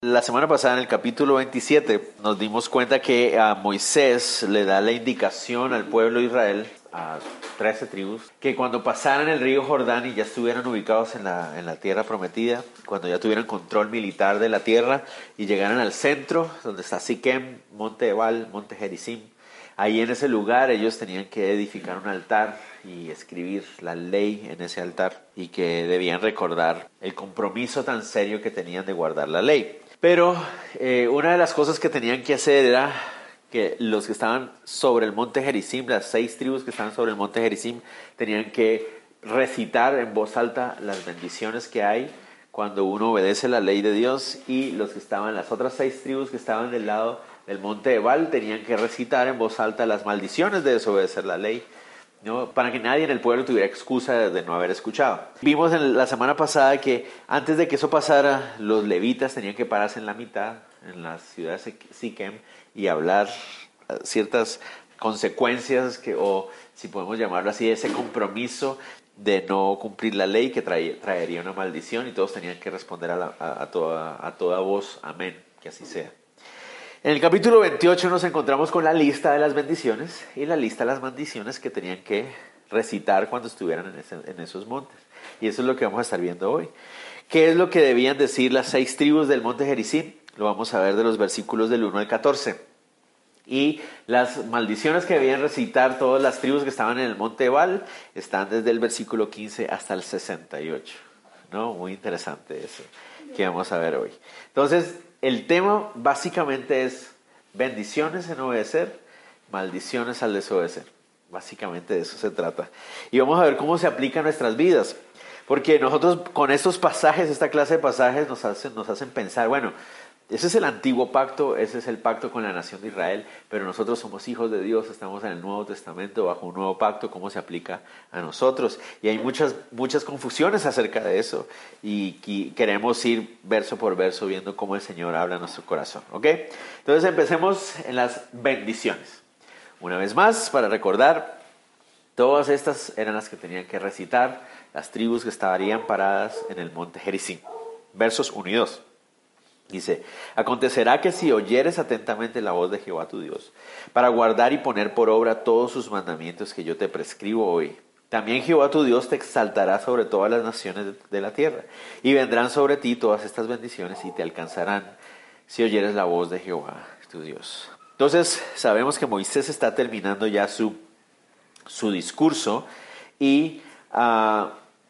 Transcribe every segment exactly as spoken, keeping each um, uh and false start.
La semana pasada, en el capítulo veintisiete, nos dimos cuenta que a Moisés le da la indicación al pueblo de Israel, a trece tribus, que cuando pasaran el río Jordán y ya estuvieran ubicados en la, en la tierra prometida, cuando ya tuvieran control militar de la tierra y llegaran al centro, donde está Siquem, Monte Ebal, Monte Gerizim, ahí en ese lugar ellos tenían que edificar un altar y escribir la ley en ese altar, y que debían recordar el compromiso tan serio que tenían de guardar la ley. Pero eh, una de las cosas que tenían que hacer era que los que estaban sobre el monte Gerizim, las seis tribus que estaban sobre el monte Gerizim, tenían que recitar en voz alta las bendiciones que hay cuando uno obedece la ley de Dios, y los que estaban, las otras seis tribus que estaban del lado del monte Ebal, tenían que recitar en voz alta las maldiciones de desobedecer la ley, ¿no? Para que nadie en el pueblo tuviera excusa de no haber escuchado. Vimos en la semana pasada que antes de que eso pasara, los levitas tenían que pararse en la mitad, en la ciudad de Siquem, y hablar ciertas consecuencias, que, o si podemos llamarlo así, ese compromiso de no cumplir la ley que trae, traería una maldición, y todos tenían que responder a, la, a, a, toda, a toda voz, amén, que así sea. En el capítulo veintiocho nos encontramos con la lista de las bendiciones y la lista de las maldiciones que tenían que recitar cuando estuvieran en, ese, en esos montes. Y eso es lo que vamos a estar viendo hoy. ¿Qué es lo que debían decir las seis tribus del monte Gerizim? Lo vamos a ver de los versículos del uno al catorce. Y las maldiciones que debían recitar todas las tribus que estaban en el monte Ebal están desde el versículo quince hasta el sesenta y ocho. ¿No? Muy interesante eso que vamos a ver hoy. Entonces, el tema básicamente es bendiciones en obedecer, maldiciones al desobedecer. Básicamente de eso se trata. Y vamos a ver cómo se aplica a nuestras vidas. Porque nosotros con estos pasajes, esta clase de pasajes nos hacen, nos hacen pensar, bueno, ese es el antiguo pacto, ese es el pacto con la nación de Israel, pero nosotros somos hijos de Dios, estamos en el Nuevo Testamento bajo un nuevo pacto, ¿cómo se aplica a nosotros? Y hay muchas, muchas confusiones acerca de eso, y, y queremos ir verso por verso viendo cómo el Señor habla a nuestro corazón, ¿ok? Entonces empecemos en las bendiciones. Una vez más, para recordar, todas estas eran las que tenían que recitar las tribus que estarían paradas en el monte Gerizim. Versos uno y dos. Dice, acontecerá que si oyeres atentamente la voz de Jehová tu Dios, para guardar y poner por obra todos sus mandamientos que yo te prescribo hoy, también Jehová tu Dios te exaltará sobre todas las naciones de la tierra, y vendrán sobre ti todas estas bendiciones y te alcanzarán si oyeres la voz de Jehová tu Dios. Entonces sabemos que Moisés está terminando ya su, su discurso, y uh,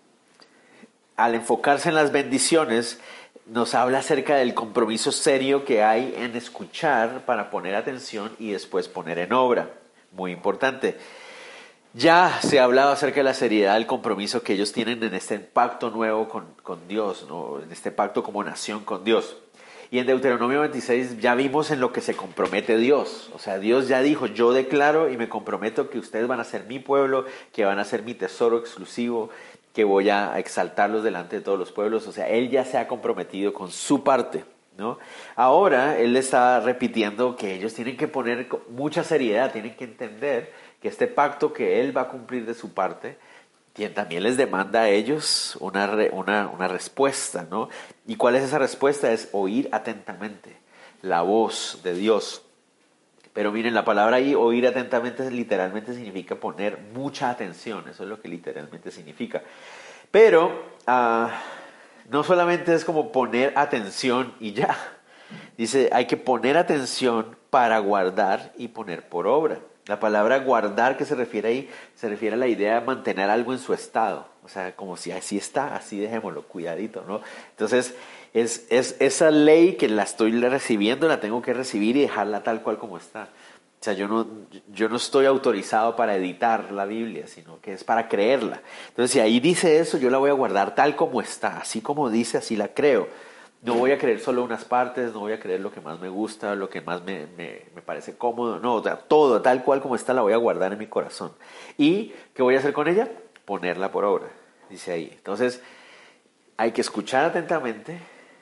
al enfocarse en las bendiciones, nos habla acerca del compromiso serio que hay en escuchar para poner atención y después poner en obra. Muy importante. Ya se ha hablado acerca de la seriedad del compromiso que ellos tienen en este pacto nuevo con, con Dios, ¿no? En este pacto como nación con Dios. Y en Deuteronomio veintiséis ya vimos en lo que se compromete Dios. O sea, Dios ya dijo, yo declaro y me comprometo que ustedes van a ser mi pueblo, que van a ser mi tesoro exclusivo, que voy a exaltarlos delante de todos los pueblos. O sea, Él ya se ha comprometido con su parte, ¿no? Ahora Él está repitiendo que ellos tienen que poner mucha seriedad, tienen que entender que este pacto que Él va a cumplir de su parte, también les demanda a ellos una, una, una respuesta, ¿no? ¿Y cuál es esa respuesta? Es oír atentamente la voz de Dios. Pero miren, la palabra ahí, oír atentamente, literalmente significa poner mucha atención. Eso es lo que literalmente significa. Pero uh, no solamente es como poner atención y ya. Dice, hay que poner atención para guardar y poner por obra. La palabra guardar, que se refiere ahí, se refiere a la idea de mantener algo en su estado. O sea, como si así está, así dejémoslo, cuidadito, ¿no? Entonces, es, es esa ley que la estoy recibiendo, la tengo que recibir y dejarla tal cual como está. O sea, yo no, yo no estoy autorizado para editar la Biblia, sino que es para creerla. Entonces, si ahí dice eso, yo la voy a guardar tal como está, así como dice, así la creo. No voy a creer solo unas partes, no voy a creer lo que más me gusta, lo que más me, me, me parece cómodo. No, o sea, todo tal cual como está la voy a guardar en mi corazón. ¿Y qué voy a hacer con ella? Ponerla por obra, dice ahí. Entonces, hay que escuchar atentamente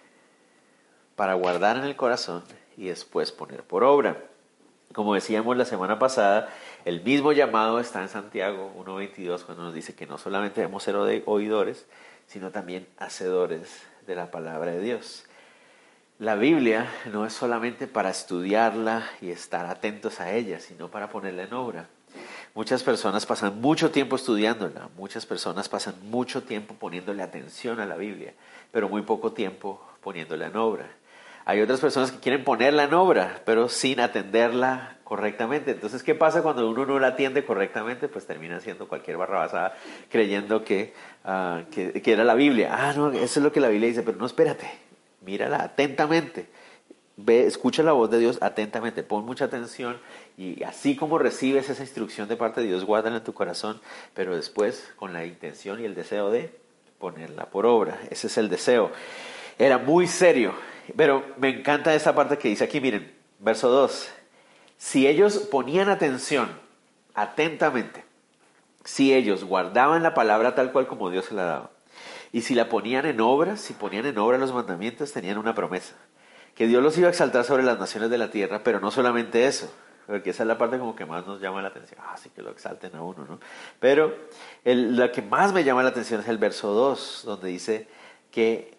para guardar en el corazón y después poner por obra. Como decíamos la semana pasada, el mismo llamado está en Santiago uno veintidós, cuando nos dice que no solamente debemos ser oidores, sino también hacedores de la palabra de Dios. La Biblia no es solamente para estudiarla y estar atentos a ella, sino para ponerla en obra. Muchas personas pasan mucho tiempo estudiándola, muchas personas pasan mucho tiempo poniéndole atención a la Biblia, pero muy poco tiempo poniéndola en obra. Hay otras personas que quieren ponerla en obra, pero sin atenderla correctamente. Entonces, ¿qué pasa cuando uno no la atiende correctamente? Pues termina haciendo cualquier barrabasada creyendo que, uh, que, que era la Biblia. Ah, no, eso es lo que la Biblia dice, pero no, espérate, mírala atentamente. Ve, escucha la voz de Dios atentamente, pon mucha atención y así como recibes esa instrucción de parte de Dios, guárdala en tu corazón, pero después con la intención y el deseo de ponerla por obra. Ese es el deseo. Era muy serio, pero me encanta esa parte que dice aquí, miren, verso dos. Si ellos ponían atención atentamente, si ellos guardaban la palabra tal cual como Dios se la daba, y si la ponían en obra, si ponían en obra los mandamientos, tenían una promesa. Que Dios los iba a exaltar sobre las naciones de la tierra, pero no solamente eso, porque esa es la parte como que más nos llama la atención. Ah, sí que lo exalten a uno, ¿no? Pero el, la que más me llama la atención es el verso dos, donde dice que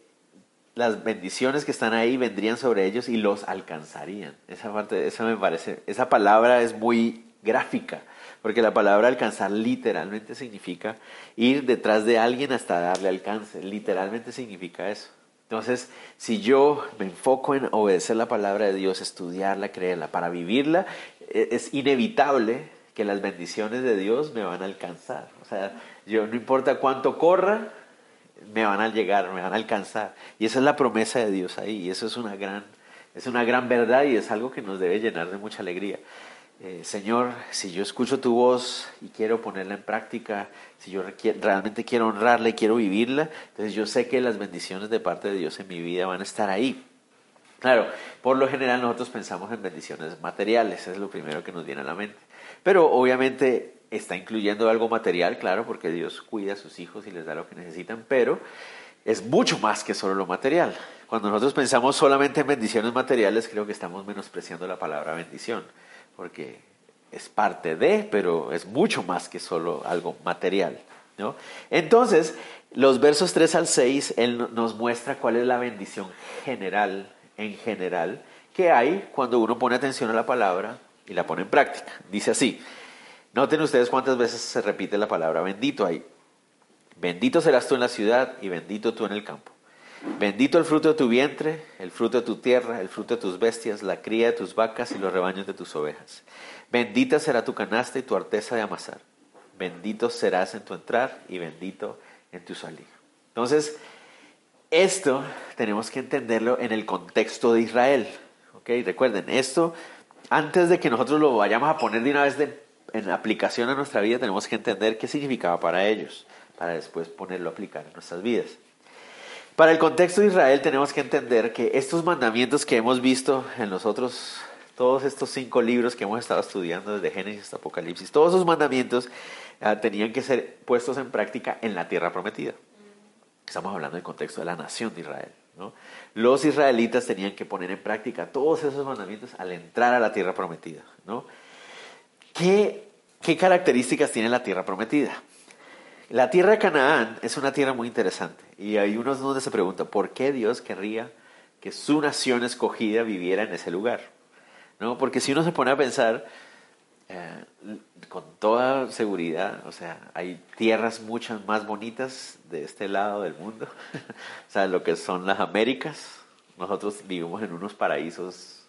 las bendiciones que están ahí vendrían sobre ellos y los alcanzarían. Esa parte, esa me parece, esa palabra es muy gráfica, porque la palabra alcanzar literalmente significa ir detrás de alguien hasta darle alcance. Literalmente significa eso. Entonces, si yo me enfoco en obedecer la palabra de Dios, estudiarla, creerla, para vivirla, es inevitable que las bendiciones de Dios me van a alcanzar. O sea, yo no importa cuánto corra, me van a llegar, me van a alcanzar. Y esa es la promesa de Dios ahí. Y eso es una gran, es una gran verdad y es algo que nos debe llenar de mucha alegría. Eh, Señor, si yo escucho tu voz y quiero ponerla en práctica, si yo realmente quiero honrarla y quiero vivirla, entonces yo sé que las bendiciones de parte de Dios en mi vida van a estar ahí. Claro, por lo general nosotros pensamos en bendiciones materiales, es lo primero que nos viene a la mente. Pero obviamente está incluyendo algo material, claro, porque Dios cuida a sus hijos y les da lo que necesitan, pero es mucho más que solo lo material. Cuando nosotros pensamos solamente en bendiciones materiales, creo que estamos menospreciando la palabra bendición, porque es parte de, pero es mucho más que solo algo material, ¿no? Entonces, los versos tres al seis, Él nos muestra cuál es la bendición general, en general, que hay cuando uno pone atención a la palabra y la pone en práctica. Dice así, noten ustedes cuántas veces se repite la palabra bendito ahí. Bendito serás tú en la ciudad y bendito tú en el campo. Bendito el fruto de tu vientre, el fruto de tu tierra, el fruto de tus bestias, la cría de tus vacas y los rebaños de tus ovejas. Bendita será tu canasta y tu arteza de amasar. Bendito serás en tu entrar y bendito en tu salir. Entonces, esto tenemos que entenderlo en el contexto de Israel. ¿Okay? Recuerden, esto, antes de que nosotros lo vayamos a poner de una vez de, en aplicación a nuestra vida, tenemos que entender qué significaba para ellos, para después ponerlo a aplicar en nuestras vidas. Para el contexto de Israel tenemos que entender que estos mandamientos que hemos visto en los otros, todos estos cinco libros que hemos estado estudiando desde Génesis hasta Apocalipsis, todos esos mandamientos uh, tenían que ser puestos en práctica en la tierra prometida. Estamos hablando del contexto de la nación de Israel, ¿no? Los israelitas tenían que poner en práctica todos esos mandamientos al entrar a la tierra prometida, ¿no? ¿Qué, qué características tiene la tierra prometida? La tierra de Canaán es una tierra muy interesante y hay unos donde se preguntan ¿por qué Dios querría que su nación escogida viviera en ese lugar? ¿No? Porque si uno se pone a pensar, eh, con toda seguridad, o sea, hay tierras muchas más bonitas de este lado del mundo, o sea, lo que son las Américas. Nosotros vivimos en unos paraísos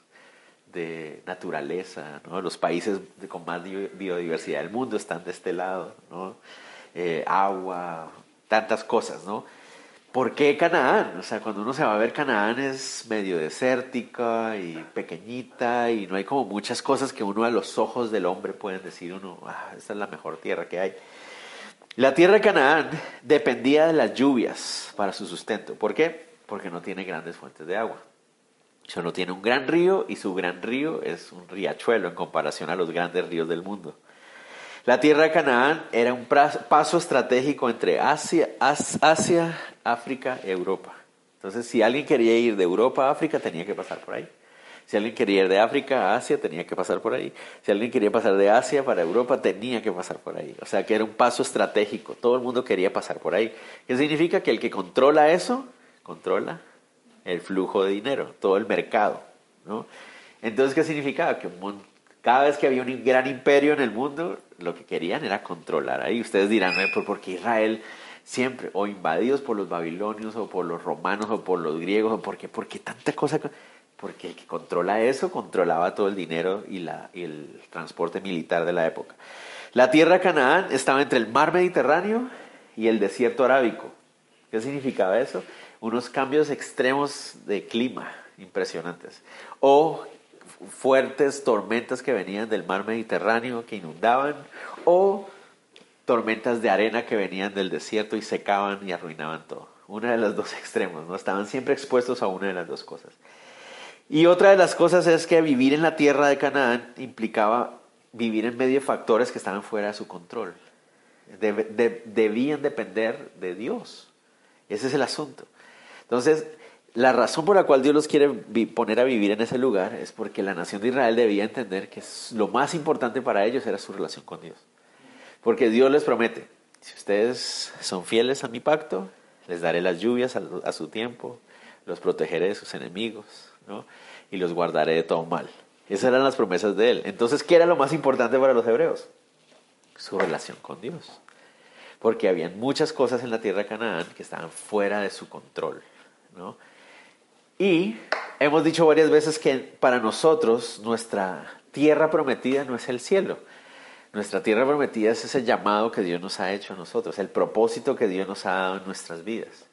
de naturaleza, ¿no? Los países con más biodiversidad del mundo están de este lado, ¿no? Eh, agua, tantas cosas, ¿no? ¿Por qué Canaán? O sea, cuando uno se va a ver, Canaán es medio desértica y pequeñita y no hay como muchas cosas que uno a los ojos del hombre pueden decir uno, ah, esta es la mejor tierra que hay. La tierra de Canaán dependía de las lluvias para su sustento. ¿Por qué? Porque no tiene grandes fuentes de agua. Solo tiene un gran río y su gran río es un riachuelo en comparación a los grandes ríos del mundo. La tierra de Canaán era un paso estratégico entre Asia, Asia, África y Europa. Entonces, si alguien quería ir de Europa a África, tenía que pasar por ahí. Si alguien quería ir de África a Asia, tenía que pasar por ahí. Si alguien quería pasar de Asia para Europa, tenía que pasar por ahí. O sea, que era un paso estratégico. Todo el mundo quería pasar por ahí. ¿Qué significa? Que el que controla eso, controla el flujo de dinero, todo el mercado, ¿no? Entonces, ¿qué significaba? Que un mon- cada vez que había un gran imperio en el mundo, lo que querían era controlar ahí. Ustedes dirán, "Eh, ¿por por qué Israel siempre, o invadidos por los babilonios, o por los romanos, o por los griegos, o por qué, por qué tanta cosa? Porque el que controla eso, controlaba todo el dinero y, la, y el transporte militar de la época. La tierra de Canaán estaba entre el mar Mediterráneo y el desierto arábico. ¿Qué significaba eso? Unos cambios extremos de clima impresionantes. O fuertes tormentas que venían del mar Mediterráneo que inundaban, o tormentas de arena que venían del desierto y secaban y arruinaban todo. Una de los dos extremos, ¿no? Estaban siempre expuestos a una de las dos cosas. Y otra de las cosas es que vivir en la tierra de Canaán implicaba vivir en medio de factores que estaban fuera de su control. De, de, debían depender de Dios. Ese es el asunto. Entonces, la razón por la cual Dios los quiere vi- poner a vivir en ese lugar es porque la nación de Israel debía entender que lo más importante para ellos era su relación con Dios. Porque Dios les promete, si ustedes son fieles a mi pacto, les daré las lluvias a, a su tiempo, los protegeré de sus enemigos, ¿no? Y los guardaré de todo mal. Esas eran las promesas de Él. Entonces, ¿qué era lo más importante para los hebreos? Su relación con Dios. Porque habían muchas cosas en la tierra de Canaán que estaban fuera de su control, ¿no? Y hemos dicho varias veces que para nosotros nuestra tierra prometida no es el cielo. Nuestra tierra prometida es ese llamado que Dios nos ha hecho a nosotros, el propósito que Dios nos ha dado en nuestras vidas.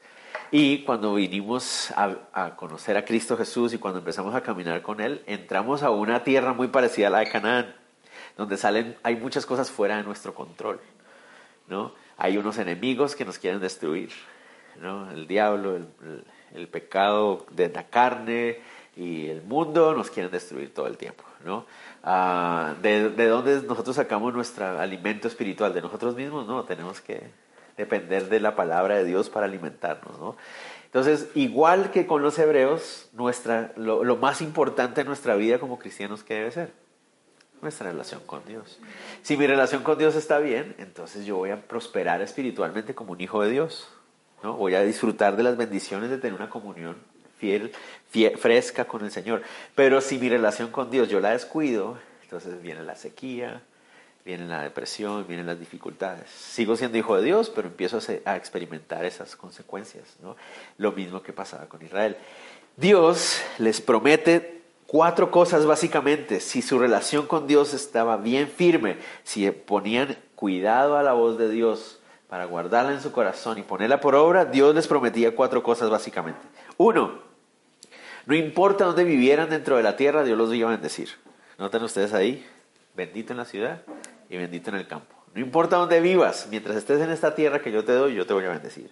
Y cuando vinimos a, a conocer a Cristo Jesús y cuando empezamos a caminar con Él, entramos a una tierra muy parecida a la de Canaán, donde salen, hay muchas cosas fuera de nuestro control, ¿no? Hay unos enemigos que nos quieren destruir, ¿no? El diablo, el, el, el pecado de la carne y el mundo nos quieren destruir todo el tiempo, ¿no? Ah, ¿de, ¿De dónde nosotros sacamos nuestro alimento espiritual? ¿De nosotros mismos? No, tenemos que depender de la palabra de Dios para alimentarnos, ¿no? Entonces, igual que con los hebreos, nuestra, lo, lo más importante en nuestra vida como cristianos, ¿qué debe ser? Nuestra relación con Dios. Si mi relación con Dios está bien, entonces yo voy a prosperar espiritualmente como un hijo de Dios, ¿no? Voy a disfrutar de las bendiciones de tener una comunión fiel, fiel, fresca con el Señor. Pero si mi relación con Dios yo la descuido, entonces viene la sequía, viene la depresión, vienen las dificultades. Sigo siendo hijo de Dios, pero empiezo a experimentar esas consecuencias, ¿no? Lo mismo que pasaba con Israel. Dios les promete cuatro cosas básicamente. Si su relación con Dios estaba bien firme, si ponían cuidado a la voz de Dios para guardarla en su corazón y ponerla por obra, Dios les prometía cuatro cosas básicamente. Uno, no importa dónde vivieran dentro de la tierra, Dios los iba a bendecir. ¿Notan ustedes ahí? Bendito en la ciudad y bendito en el campo. No importa dónde vivas, mientras estés en esta tierra que yo te doy, yo te voy a bendecir.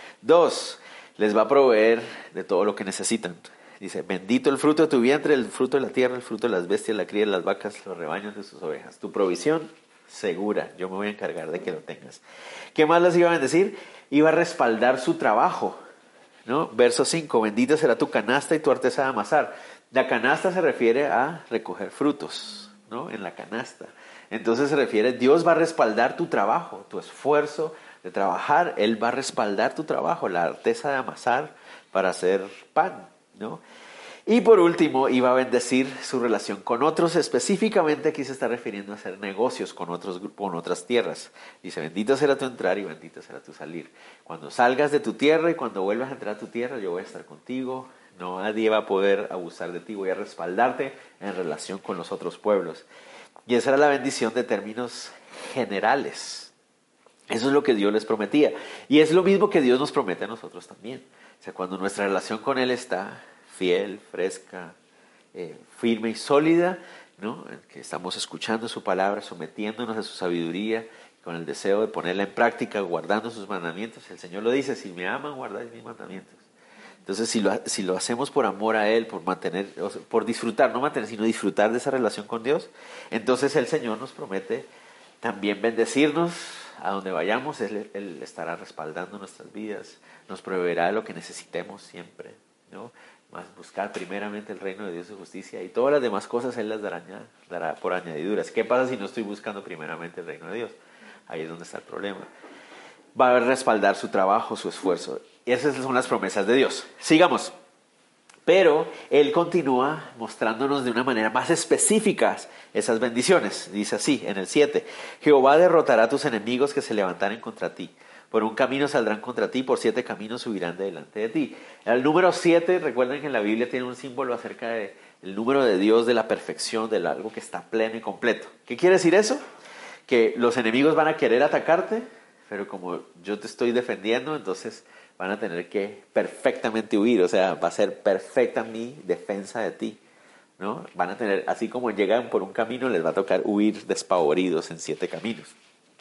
Dos, les va a proveer de todo lo que necesitan. Dice, bendito el fruto de tu vientre, el fruto de la tierra, el fruto de las bestias, la cría de las vacas, los rebaños de sus ovejas. Tu provisión, segura. Yo me voy a encargar de que lo tengas. ¿Qué más les iba a bendecir? Iba a respaldar su trabajo, ¿no? Verso cinco, bendita será tu canasta y tu arteza de amasar. La canasta se refiere a recoger frutos, ¿no? En la canasta. Entonces se refiere, Dios va a respaldar tu trabajo, tu esfuerzo de trabajar. Él va a respaldar tu trabajo, la arteza de amasar para hacer pan, ¿no? Y por último, iba a bendecir su relación con otros. Específicamente aquí se está refiriendo a hacer negocios con, otros, con otras tierras. Dice, bendito será tu entrar y bendito será tu salir. Cuando salgas de tu tierra y cuando vuelvas a entrar a tu tierra, yo voy a estar contigo. No, nadie va a poder abusar de ti. Voy a respaldarte en relación con los otros pueblos. Y esa era la bendición de términos generales. Eso es lo que Dios les prometía. Y es lo mismo que Dios nos promete a nosotros también. O sea, cuando nuestra relación con Él está fiel, fresca, eh, firme y sólida, ¿no? Que estamos escuchando su palabra, sometiéndonos a su sabiduría, con el deseo de ponerla en práctica, guardando sus mandamientos. El Señor lo dice, si me aman, guardáis mis mandamientos. Entonces, si lo, si lo hacemos por amor a Él, por mantener, por disfrutar, no mantener, sino disfrutar de esa relación con Dios, entonces el Señor nos promete también bendecirnos a donde vayamos. Él, Él estará respaldando nuestras vidas, nos proveerá lo que necesitemos siempre, ¿no? Más buscar primeramente el reino de Dios y justicia, y todas las demás cosas Él las dará, dará por añadiduras. ¿Qué pasa si no estoy buscando primeramente el reino de Dios? Ahí es donde está el problema. Va a respaldar su trabajo, su esfuerzo. Y esas son las promesas de Dios. Sigamos. Pero Él continúa mostrándonos de una manera más específica esas bendiciones. Dice así en el siete, Jehová derrotará a tus enemigos que se levantaren contra ti. Por un camino saldrán contra ti, por siete caminos subirán de delante de ti. El número siete, recuerden que en la Biblia tiene un símbolo acerca del número de Dios, de la perfección, de algo que está pleno y completo. ¿Qué quiere decir eso? Que los enemigos van a querer atacarte, pero como yo te estoy defendiendo, entonces van a tener que perfectamente huir, o sea, va a ser perfecta mi defensa de ti, ¿no? Van a tener, así como llegan por un camino, les va a tocar huir despavoridos en siete caminos.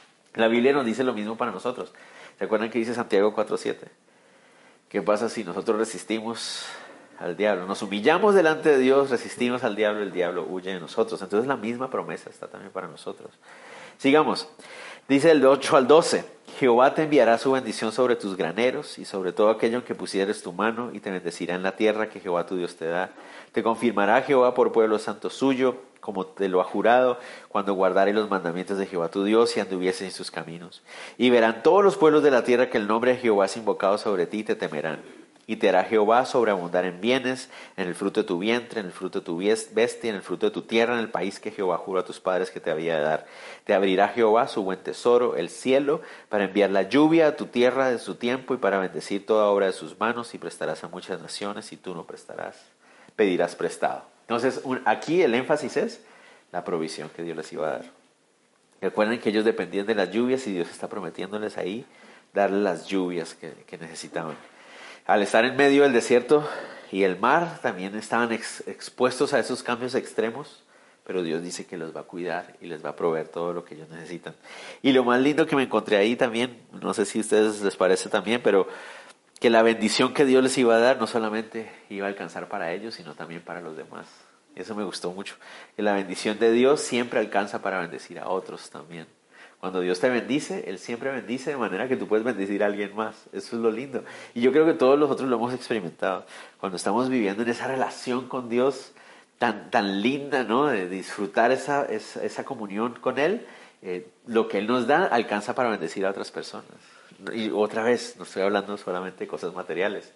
La Biblia nos dice lo mismo para nosotros. ¿Se acuerdan que dice Santiago cuatro siete? ¿Qué pasa si nosotros resistimos al diablo? Nos humillamos delante de Dios, resistimos al diablo, el diablo huye de nosotros. Entonces la misma promesa está también para nosotros. Sigamos. Dice el ocho al doce, Jehová te enviará su bendición sobre tus graneros y sobre todo aquello en que pusieres tu mano, y te bendecirá en la tierra que Jehová tu Dios te da. Te confirmará Jehová por pueblo santo suyo, como te lo ha jurado, cuando guardares los mandamientos de Jehová tu Dios y anduvieses en sus caminos. Y verán todos los pueblos de la tierra que el nombre de Jehová es invocado sobre ti, y te temerán. Y te hará Jehová sobreabundar en bienes, en el fruto de tu vientre, en el fruto de tu bestia, en el fruto de tu tierra, en el país que Jehová juró a tus padres que te había de dar. Te abrirá Jehová su buen tesoro, el cielo, para enviar la lluvia a tu tierra de su tiempo y para bendecir toda obra de sus manos, y prestarás a muchas naciones y tú no prestarás, pedirás prestado. Entonces, un, aquí el énfasis es la provisión que Dios les iba a dar. Recuerden que ellos dependían de las lluvias y Dios está prometiéndoles ahí darles las lluvias que, que necesitaban. Al estar en medio del desierto y el mar, también estaban ex, expuestos a esos cambios extremos, pero Dios dice que los va a cuidar y les va a proveer todo lo que ellos necesitan. Y lo más lindo que me encontré ahí también, no sé si a ustedes les parece también, pero que la bendición que Dios les iba a dar no solamente iba a alcanzar para ellos, sino también para los demás. Eso me gustó mucho, que la bendición de Dios siempre alcanza para bendecir a otros también. Cuando Dios te bendice, Él siempre bendice de manera que tú puedes bendecir a alguien más. Eso es lo lindo. Y yo creo que todos nosotros lo hemos experimentado. Cuando estamos viviendo en esa relación con Dios tan, tan linda, ¿no? De disfrutar esa, esa, esa comunión con Él, eh, lo que Él nos da alcanza para bendecir a otras personas. Y otra vez, no estoy hablando solamente de cosas materiales.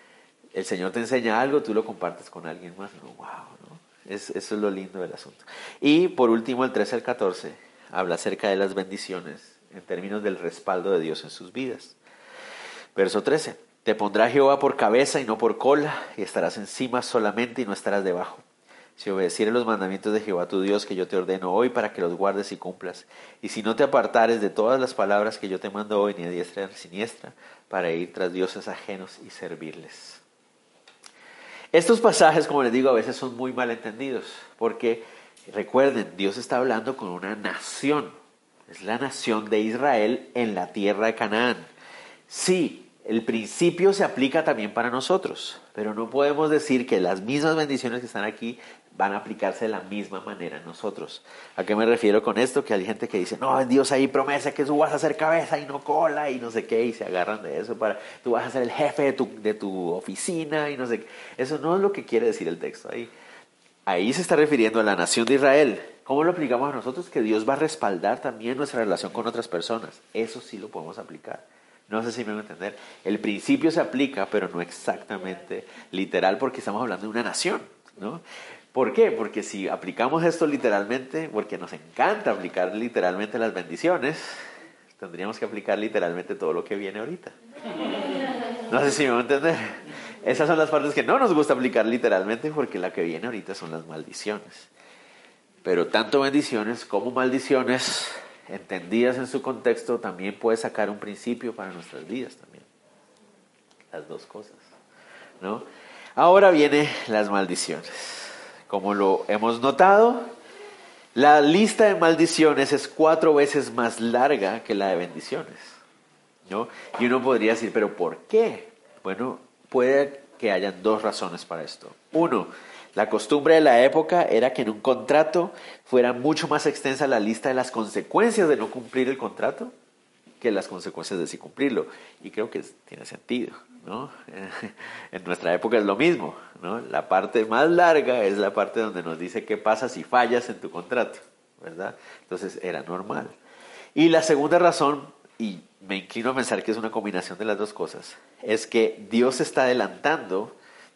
El Señor te enseña algo, tú lo compartes con alguien más. ¿No? ¡Wow! ¿No? Es, eso es lo lindo del asunto. Y por último, el trece al catorce. Habla acerca de las bendiciones en términos del respaldo de Dios en sus vidas. Verso trece. Te pondrá Jehová por cabeza y no por cola, y estarás encima solamente y no estarás debajo. Si obedecieres los mandamientos de Jehová tu Dios que yo te ordeno hoy para que los guardes y cumplas. Y si no te apartares de todas las palabras que yo te mando hoy, ni a diestra ni a siniestra, para ir tras dioses ajenos y servirles. Estos pasajes, como les digo, a veces son muy mal entendidos, porque recuerden, Dios está hablando con una nación. Es la nación de Israel en la tierra de Canaán. Sí, el principio se aplica también para nosotros, pero no podemos decir que las mismas bendiciones que están aquí van a aplicarse de la misma manera en nosotros. ¿A qué me refiero con esto? Que hay gente que dice, no, Dios ahí promesa que tú vas a ser cabeza y no cola y no sé qué, y se agarran de eso para, tú vas a ser el jefe de tu, de tu oficina y no sé qué. Eso no es lo que quiere decir el texto ahí. Ahí se está refiriendo a la nación de Israel. ¿Cómo lo aplicamos a nosotros? Que Dios va a respaldar también nuestra relación con otras personas. Eso sí lo podemos aplicar. No sé si me van a entender. El principio se aplica, pero no exactamente literal, porque estamos hablando de una nación, ¿no? ¿Por qué? Porque si aplicamos esto literalmente, porque nos encanta aplicar literalmente las bendiciones, tendríamos que aplicar literalmente todo lo que viene ahorita. No sé si me van a entender. Esas son las partes que no nos gusta aplicar literalmente, porque la que viene ahorita son las maldiciones. Pero tanto bendiciones como maldiciones, entendidas en su contexto, también puede sacar un principio para nuestras vidas también. Las dos cosas, ¿no? Ahora vienen las maldiciones. Como lo hemos notado, la lista de maldiciones es cuatro veces más larga que la de bendiciones, ¿no? Y uno podría decir, ¿pero por qué? Bueno, puede que hayan dos razones para esto. Uno, la costumbre de la época era que en un contrato fuera mucho más extensa la lista de las consecuencias de no cumplir el contrato que las consecuencias de sí cumplirlo. Y creo que tiene sentido, ¿no? En nuestra época es lo mismo, ¿no? La parte más larga es la parte donde nos dice qué pasa si fallas en tu contrato, ¿verdad? Entonces era normal. Y la segunda razón, y me inclino a pensar que es una combinación de las dos cosas, es que Dios está adelantando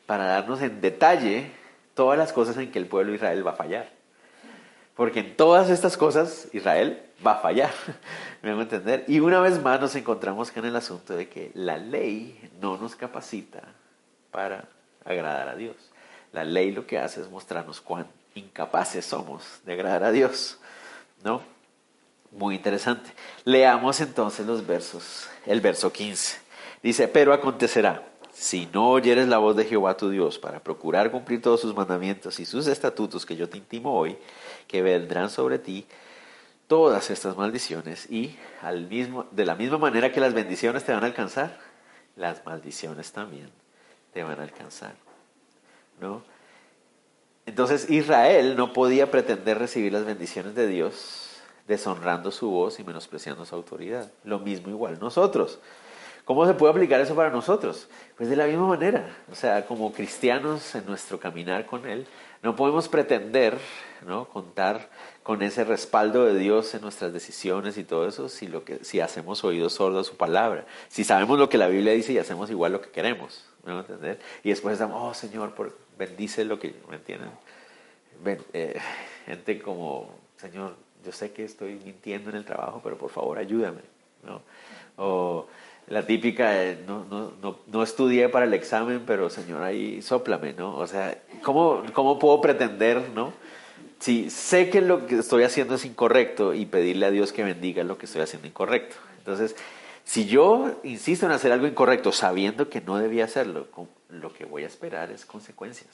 para darnos en detalle todas las cosas en que el pueblo de Israel va a fallar. Porque en todas estas cosas Israel va a fallar, ¿me hago entender? Y una vez más nos encontramos con el asunto de que la ley no nos capacita para agradar a Dios. La ley lo que hace es mostrarnos cuán incapaces somos de agradar a Dios, ¿no? Muy interesante. Leamos entonces los versos, el verso quince. Dice, pero acontecerá, si no oyeres la voz de Jehová tu Dios para procurar cumplir todos sus mandamientos y sus estatutos que yo te intimo hoy, que vendrán sobre ti todas estas maldiciones y al mismo, de la misma manera que las bendiciones te van a alcanzar, las maldiciones también te van a alcanzar, ¿no? Entonces Israel no podía pretender recibir las bendiciones de Dios deshonrando su voz y menospreciando su autoridad. Lo mismo igual nosotros. ¿Cómo se puede aplicar eso para nosotros? Pues de la misma manera. O sea, como cristianos en nuestro caminar con Él, no podemos pretender, ¿no?, contar con ese respaldo de Dios en nuestras decisiones y todo eso si, lo que, si hacemos oídos sordos a su palabra. Si sabemos lo que la Biblia dice y hacemos igual lo que queremos. ¿Me van a entender? Y después estamos, oh Señor, por, bendice lo que, ¿me entienden? Ben, eh, gente como, Señor, yo sé que estoy mintiendo en el trabajo, pero por favor ayúdame, ¿no? O la típica, eh, no, no, no, no estudié para el examen, pero Señor, ahí sóplame, ¿no? O sea, ¿cómo, cómo puedo pretender, ¿no? Si sé que lo que estoy haciendo es incorrecto y pedirle a Dios que bendiga lo que estoy haciendo incorrecto. Entonces, si yo insisto en hacer algo incorrecto sabiendo que no debía hacerlo, lo que voy a esperar es consecuencias.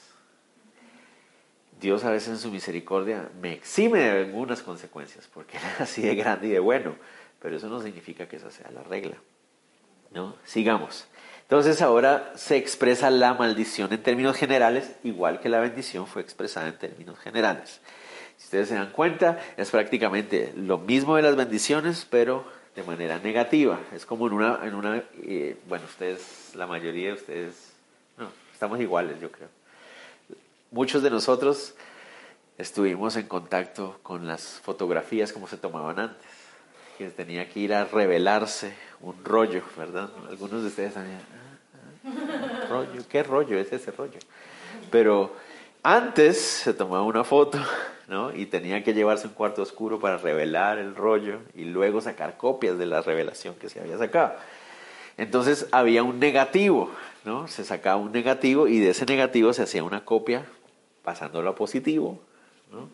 Dios a veces en su misericordia me exime de algunas consecuencias porque Él es así de grande y de bueno, pero eso no significa que esa sea la regla, ¿no? Sigamos. Entonces ahora se expresa la maldición en términos generales, igual que la bendición fue expresada en términos generales. Si ustedes se dan cuenta, es prácticamente lo mismo de las bendiciones, pero de manera negativa. Es como en una, en una eh, bueno, ustedes, la mayoría de ustedes, no, estamos iguales, yo creo. Muchos de nosotros estuvimos en contacto con las fotografías como se tomaban antes, que tenía que ir a revelarse un rollo, ¿verdad? Algunos de ustedes sabían, ah, ah, rollo, ¿qué rollo es ese rollo? Pero antes se tomaba una foto, ¿no? Y tenía que llevarse a un cuarto oscuro para revelar el rollo y luego sacar copias de la revelación que se había sacado. Entonces había un negativo, ¿no? Se sacaba un negativo y de ese negativo se hacía una copia pasándolo a positivo, ¿no?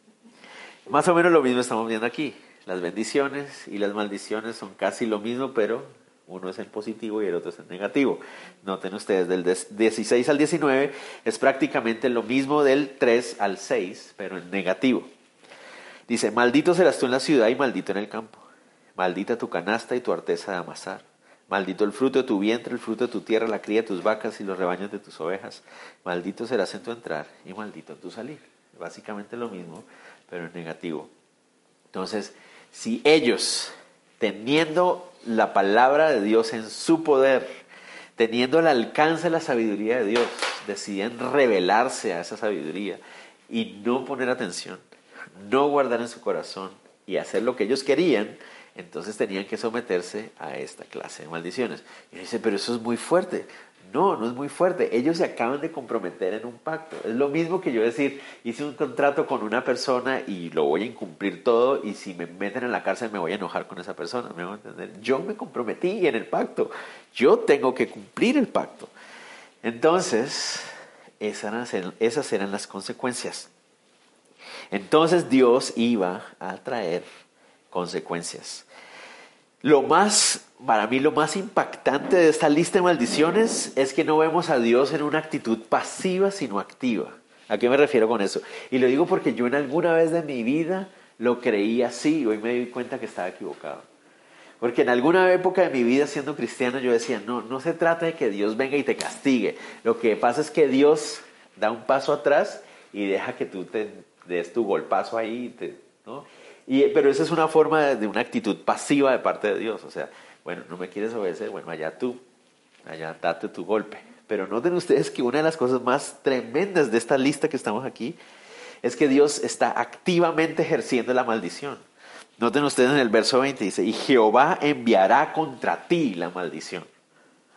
Más o menos lo mismo estamos viendo aquí. Las bendiciones y las maldiciones son casi lo mismo, pero uno es en positivo y el otro es en negativo. Noten ustedes, del dieciséis al diecinueve es prácticamente lo mismo del tres al seis, pero en negativo. Dice, maldito serás tú en la ciudad y maldito en el campo. Maldita tu canasta y tu arteza de amasar. Maldito el fruto de tu vientre, el fruto de tu tierra, la cría de tus vacas y los rebaños de tus ovejas. Maldito serás en tu entrar y maldito en tu salir. Básicamente lo mismo, pero en negativo. Entonces, si ellos, teniendo la palabra de Dios en su poder, teniendo el alcance de la sabiduría de Dios, deciden revelarse a esa sabiduría y no poner atención, no guardar en su corazón y hacer lo que ellos querían, entonces tenían que someterse a esta clase de maldiciones. Y dice, pero eso es muy fuerte. No, no es muy fuerte. Ellos se acaban de comprometer en un pacto. Es lo mismo que yo decir, hice un contrato con una persona y lo voy a incumplir todo y si me meten en la cárcel me voy a enojar con esa persona. ¿Me van a entender? Yo me comprometí en el pacto. Yo tengo que cumplir el pacto. Entonces, esas eran, esas eran las consecuencias. Entonces Dios iba a traer consecuencias. Lo más, para mí lo más impactante de esta lista de maldiciones es que no vemos a Dios en una actitud pasiva sino activa. ¿A qué me refiero con eso? Y lo digo porque yo en alguna vez de mi vida lo creí así y hoy me di cuenta que estaba equivocado. Porque en alguna época de mi vida siendo cristiano yo decía, no, no se trata de que Dios venga y te castigue. Lo que pasa es que Dios da un paso atrás y deja que tú te des tu golpazo ahí, te, ¿no? Y, pero esa es una forma de, de una actitud pasiva de parte de Dios. O sea, bueno, no me quieres obedecer, bueno, allá tú, allá date tu golpe. Pero noten ustedes que una de las cosas más tremendas de esta lista que estamos aquí es que Dios está activamente ejerciendo la maldición. Noten ustedes en el verso veinte, dice, y Jehová enviará contra ti la maldición.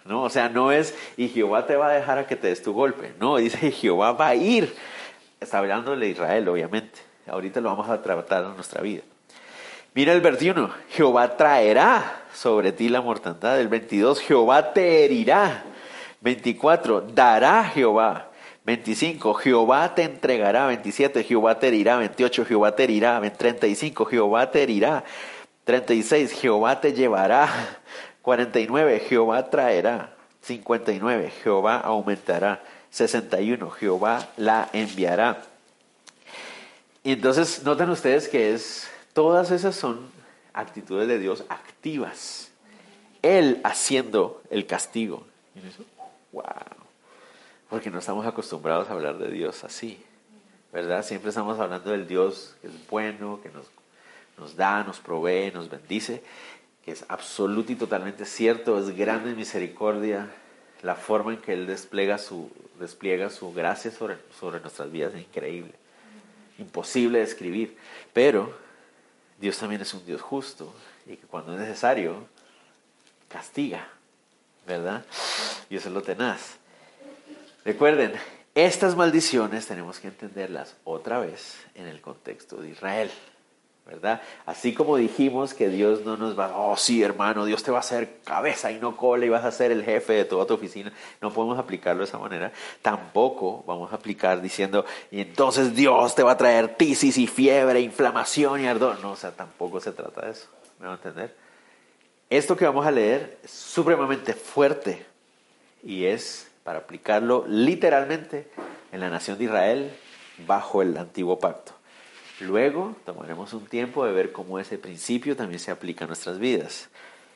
¿no? O sea, no es, y Jehová te va a dejar a que te des tu golpe. No, dice, Jehová va a ir. Está hablándole a Israel, obviamente. Ahorita lo vamos a tratar en nuestra vida. Mira el veintiuno, Jehová traerá sobre ti la mortandad. El veintidós, Jehová te herirá. veinticuatro, dará Jehová. veinticinco, Jehová te entregará. veintisiete, Jehová te herirá. veintiocho, Jehová te herirá. treinta y cinco, Jehová te herirá. treinta y seis, Jehová te llevará. cuarenta y nueve, Jehová traerá. cincuenta y nueve, Jehová aumentará. sesenta y uno, Jehová la enviará. Y entonces notan ustedes que es, todas esas son actitudes de Dios activas. Él haciendo el castigo. ¿Y eso? Wow. Porque no estamos acostumbrados a hablar de Dios así, ¿verdad? Siempre estamos hablando del Dios que es bueno, que nos, nos da, nos provee, nos bendice, que es absoluto y totalmente cierto, es grande en misericordia. La forma en que Él despliega su, despliega su gracia sobre, sobre nuestras vidas es increíble. Imposible de escribir. Pero Dios también es un Dios justo y que cuando es necesario, castiga, ¿verdad? Y eso es lo tenaz. Recuerden, estas maldiciones tenemos que entenderlas otra vez en el contexto de Israel, ¿verdad? Así como dijimos que Dios no nos va, oh sí hermano, Dios te va a hacer cabeza y no cola y vas a ser el jefe de toda tu oficina. No podemos aplicarlo de esa manera. Tampoco vamos a aplicar diciendo, y entonces Dios te va a traer tisis y fiebre, inflamación y ardor. No, o sea, tampoco se trata de eso. ¿Me van a entender? Esto que vamos a leer es supremamente fuerte y es para aplicarlo literalmente en la nación de Israel bajo el antiguo pacto. Luego tomaremos un tiempo de ver cómo ese principio también se aplica a nuestras vidas.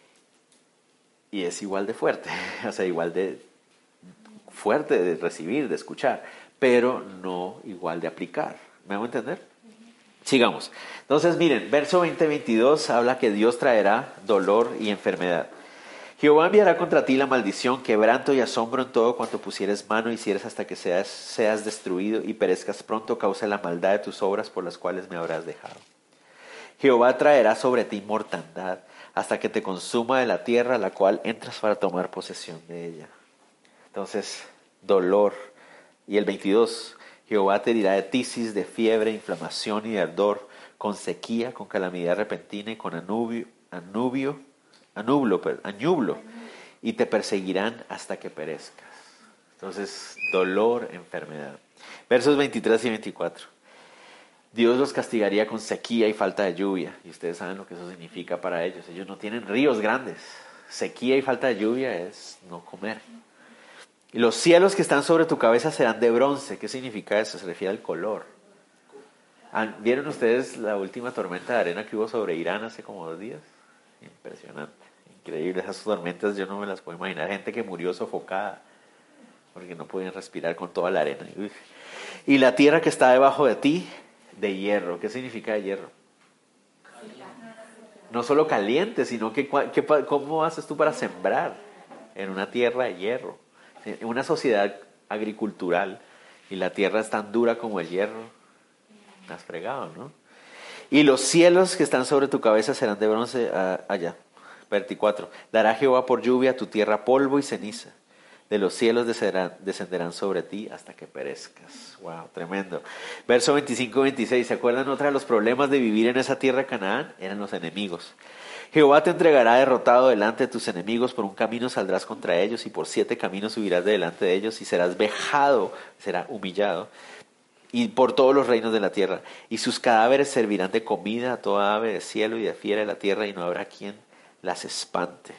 Y es igual de fuerte, o sea, igual de fuerte de recibir, de escuchar, pero no igual de aplicar. ¿Me hago entender? Sigamos. Entonces, miren, verso veinte veintidós habla que Dios traerá dolor y enfermedad. Jehová enviará contra ti la maldición, quebranto y asombro en todo cuanto pusieres mano, hicieres hasta que seas, seas destruido y perezcas pronto, causa la maldad de tus obras por las cuales me habrás dejado. Jehová traerá sobre ti mortandad, hasta que te consuma de la tierra a la cual entras para tomar posesión de ella. Entonces, dolor. Y el veintidós, Jehová te herirá de tisis, de fiebre, inflamación y de ardor, con sequía, con calamidad repentina y con anubio, anubio, Anublo, añublo, y te perseguirán hasta que perezcas. Entonces, dolor, enfermedad. Versos veintitrés y veinticuatro. Dios los castigaría con sequía y falta de lluvia. Y ustedes saben lo que eso significa para ellos. Ellos no tienen ríos grandes. Sequía y falta de lluvia es no comer. Y los cielos que están sobre tu cabeza serán de bronce. ¿Qué significa eso? Se refiere al color. ¿Vieron ustedes la última tormenta de arena que hubo sobre Irán hace como dos días? Impresionante, increíble. Esas tormentas yo no me las puedo imaginar. Gente que murió sofocada porque no podían respirar con toda la arena. Uf. Y la tierra que está debajo de ti, de hierro. ¿Qué significa de hierro? No solo caliente, sino que ¿qué, ¿cómo haces tú para sembrar en una tierra de hierro? En una sociedad agricultural y la tierra es tan dura como el hierro. Has fregado, ¿no? Y los cielos que están sobre tu cabeza serán de bronce uh, allá. veinticuatro. Dará Jehová por lluvia a tu tierra polvo y ceniza. De los cielos descenderán, descenderán sobre ti hasta que perezcas. Wow, tremendo. Verso veinticinco veintiséis. ¿Se acuerdan otra de los problemas de vivir en esa tierra de Canaán? Eran los enemigos. Jehová te entregará derrotado delante de tus enemigos. Por un camino saldrás contra ellos y por siete caminos subirás de delante de ellos y serás vejado, será humillado. Y por todos los reinos de la tierra. Y sus cadáveres servirán de comida a toda ave de cielo y de fiera de la tierra, y no habrá quien las espante.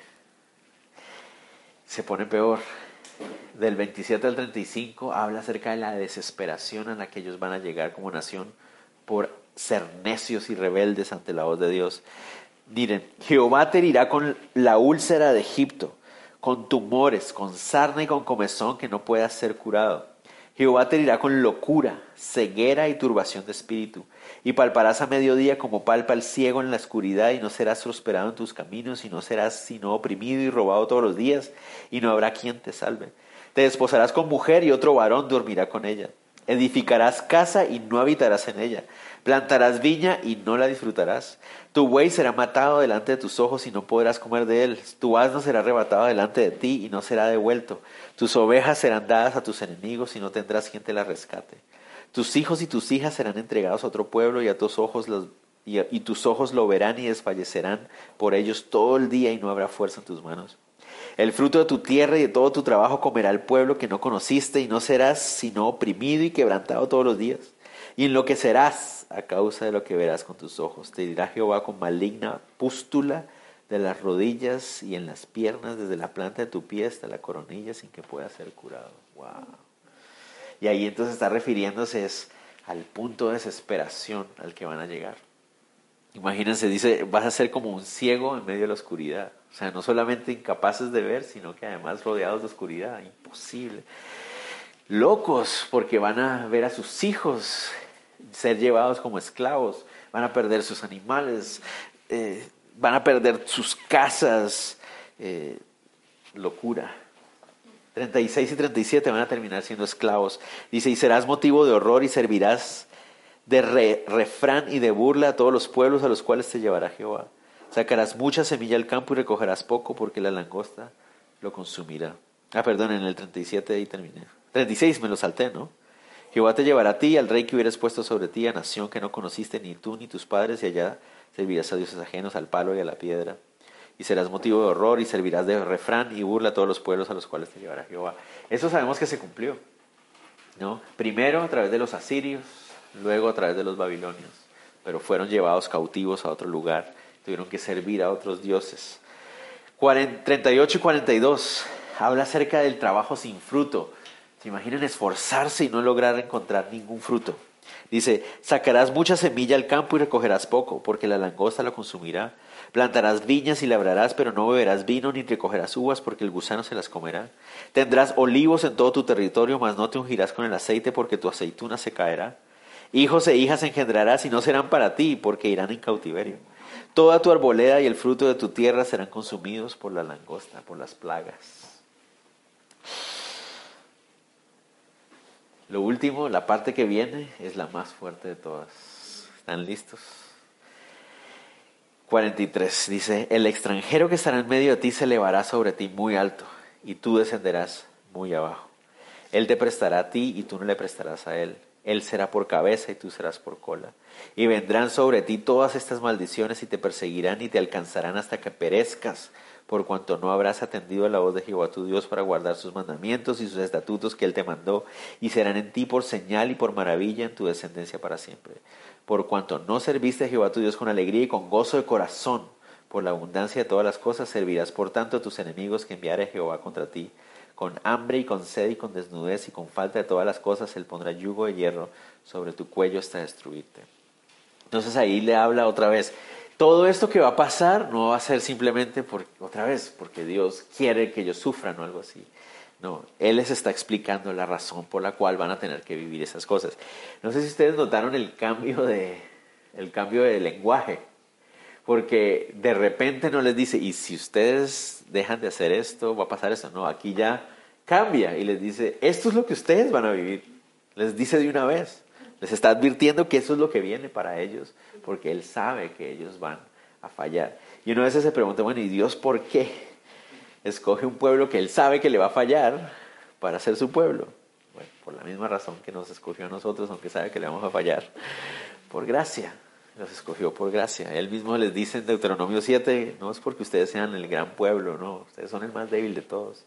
Se pone peor. Del veintisiete al treinta y cinco habla acerca de la desesperación a la que ellos van a llegar como nación por ser necios y rebeldes ante la voz de Dios. Miren, Jehová te herirá con la úlcera de Egipto, con tumores, con sarna y con comezón que no pueda ser curado. Jehová te herirá con locura, ceguera y turbación de espíritu. Y palparás a mediodía como palpa el ciego en la oscuridad, y no serás prosperado en tus caminos, y no serás sino oprimido y robado todos los días, y no habrá quien te salve. Te desposarás con mujer y otro varón dormirá con ella. Edificarás casa y no habitarás en ella. Plantarás viña y no la disfrutarás. Tu buey será matado delante de tus ojos y no podrás comer de él. Tu asno será arrebatado delante de ti y no será devuelto. Tus ovejas serán dadas a tus enemigos y no tendrás quien te las rescate. Tus hijos y tus hijas serán entregados a otro pueblo y a tus ojos los y, y tus ojos lo verán y desfallecerán por ellos todo el día y no habrá fuerza en tus manos. El fruto de tu tierra y de todo tu trabajo comerá el pueblo que no conociste y no serás sino oprimido y quebrantado todos los días. Y enloquecerás a causa de lo que verás con tus ojos. Te dirá Jehová con maligna pústula de las rodillas y en las piernas, desde la planta de tu pie hasta la coronilla, sin que pueda ser curado. Wow. Y ahí entonces está refiriéndose es al punto de desesperación al que van a llegar. Imagínense, dice, vas a ser como un ciego en medio de la oscuridad. O sea, no solamente incapaces de ver, sino que además rodeados de oscuridad. Imposible. Locos, porque van a ver a sus hijos ser llevados como esclavos. Van a perder sus animales. Eh, van a perder sus casas. Eh, locura. treinta y seis y treinta y siete van a terminar siendo esclavos. Dice, y serás motivo de horror y servirás de re, refrán y de burla a todos los pueblos a los cuales te llevará Jehová. Sacarás mucha semilla al campo y recogerás poco, porque la langosta lo consumirá. Ah, perdón, en el treinta y siete ahí terminé. treinta y seis me lo salté, ¿no? Jehová te llevará a ti, al rey que hubieras puesto sobre ti, a nación que no conociste ni tú ni tus padres, y allá servirás a dioses ajenos, al palo y a la piedra. Y serás motivo de horror y servirás de refrán y burla a todos los pueblos a los cuales te llevará Jehová. Eso sabemos que se cumplió, ¿no? Primero a través de los asirios, luego a través de los babilonios, pero fueron llevados cautivos a otro lugar, tuvieron que servir a otros dioses. treinta y ocho y cuarenta y dos habla acerca del trabajo sin fruto. ¿Se imaginan esforzarse y no lograr encontrar ningún fruto? Dice, sacarás mucha semilla al campo y recogerás poco, porque la langosta lo consumirá. Plantarás viñas y labrarás, pero no beberás vino ni recogerás uvas, porque el gusano se las comerá. Tendrás olivos en todo tu territorio, mas no te ungirás con el aceite, porque tu aceituna se caerá. Hijos e hijas engendrarás y no serán para ti, porque irán en cautiverio. Toda tu arboleda y el fruto de tu tierra serán consumidos por la langosta, por las plagas. Lo último, la parte que viene, es la más fuerte de todas. ¿Están listos? cuarenta y tres dice, el extranjero que estará en medio de ti se elevará sobre ti muy alto, y tú descenderás muy abajo. Él te prestará a ti y tú no le prestarás a él. Él será por cabeza y tú serás por cola. Y vendrán sobre ti todas estas maldiciones y te perseguirán y te alcanzarán hasta que perezcas, por cuanto no habrás atendido a la voz de Jehová tu Dios para guardar sus mandamientos y sus estatutos que él te mandó, y serán en ti por señal y por maravilla en tu descendencia para siempre. Por cuanto no serviste a Jehová tu Dios con alegría y con gozo de corazón, por la abundancia de todas las cosas servirás por tanto a tus enemigos que enviare Jehová contra ti. Con hambre y con sed y con desnudez y con falta de todas las cosas, él pondrá yugo de hierro sobre tu cuello hasta destruirte. Entonces ahí le habla otra vez. Todo esto que va a pasar no va a ser simplemente por, otra vez porque Dios quiere que ellos sufran o algo así. No, Él les está explicando la razón por la cual van a tener que vivir esas cosas. No sé si ustedes notaron el cambio de, el cambio de lenguaje. Porque de repente no les dice, y si ustedes dejan de hacer esto, va a pasar esto. No, aquí ya cambia y les dice, esto es lo que ustedes van a vivir. Les dice de una vez. Les está advirtiendo que eso es lo que viene para ellos, porque Él sabe que ellos van a fallar. Y uno a veces se pregunta, bueno, ¿y Dios por qué escoge un pueblo que Él sabe que le va a fallar para ser su pueblo? Bueno, por la misma razón que nos escogió a nosotros, aunque sabe que le vamos a fallar. Por gracia. Los escogió por gracia. Él mismo les dice en Deuteronomio siete, no es porque ustedes sean el gran pueblo, no, ustedes son el más débil de todos.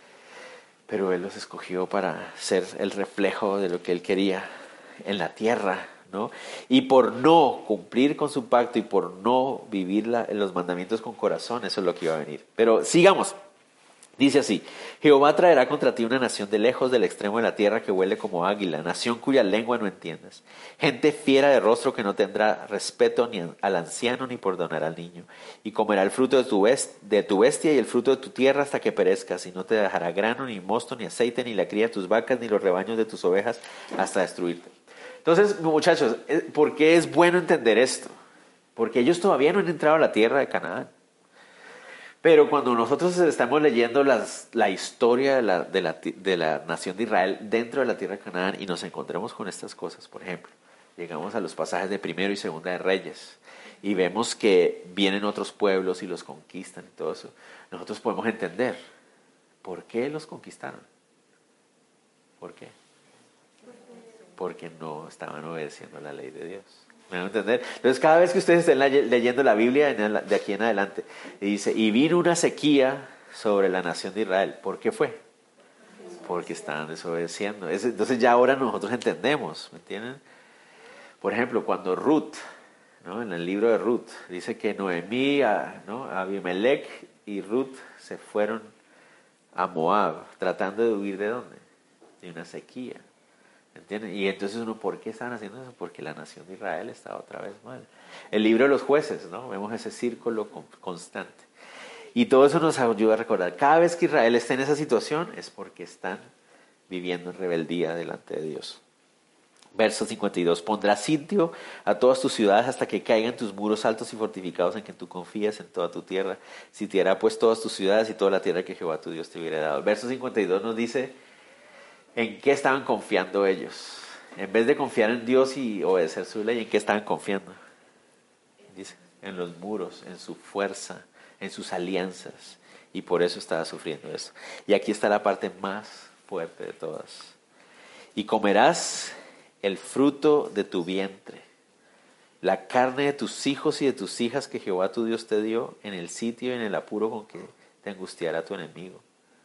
Pero Él los escogió para ser el reflejo de lo que Él quería en la tierra, ¿no? Y por no cumplir con su pacto y por no vivir la, los mandamientos con corazón, eso es lo que iba a venir. Pero sigamos. Dice así, Jehová traerá contra ti una nación de lejos del extremo de la tierra que huele como águila, nación cuya lengua no entiendas, gente fiera de rostro que no tendrá respeto ni al anciano ni perdonará al niño, y comerá el fruto de tu, best, de tu bestia y el fruto de tu tierra hasta que perezcas, y no te dejará grano, ni mosto, ni aceite, ni la cría de tus vacas, ni los rebaños de tus ovejas, hasta destruirte. Entonces, muchachos, ¿por qué es bueno entender esto? Porque ellos todavía no han entrado a la tierra de Canaán. Pero cuando nosotros estamos leyendo las, la historia de la, de, la, de la nación de Israel dentro de la tierra de Canaán y nos encontramos con estas cosas, por ejemplo, llegamos a los pasajes de Primero y Segunda de Reyes y vemos que vienen otros pueblos y los conquistan y todo eso, nosotros podemos entender por qué los conquistaron. ¿Por qué? Porque no estaban obedeciendo la ley de Dios. ¿Me van a entender? Entonces, cada vez que ustedes estén leyendo la Biblia de aquí en adelante, y dice, y vino una sequía sobre la nación de Israel. ¿Por qué fue? Porque estaban desobedeciendo. Entonces ya ahora nosotros entendemos, ¿me entienden? Por ejemplo, cuando Ruth, ¿no? En el libro de Ruth, dice que Noemí, ¿no? Abimelech y Ruth se fueron a Moab, tratando de huir ¿de dónde? De una sequía. ¿Entienden? Y entonces uno, ¿por qué estaban haciendo eso? Porque la nación de Israel estaba otra vez mal. El libro de los jueces, ¿no? Vemos ese círculo constante. Y todo eso nos ayuda a recordar, cada vez que Israel está en esa situación es porque están viviendo en rebeldía delante de Dios. Verso cincuenta y dos, pondrás sitio a todas tus ciudades hasta que caigan tus muros altos y fortificados en que tú confías en toda tu tierra. Sitiará pues todas tus ciudades y toda la tierra que Jehová tu Dios te hubiera dado. Verso cincuenta y dos nos dice, ¿en qué estaban confiando ellos? En vez de confiar en Dios y obedecer su ley, ¿en qué estaban confiando? Dice, en los muros, en su fuerza, en sus alianzas. Y por eso estaba sufriendo eso. Y aquí está la parte más fuerte de todas. Y comerás el fruto de tu vientre, la carne de tus hijos y de tus hijas que Jehová tu Dios te dio en el sitio y en el apuro con que te angustiará tu enemigo.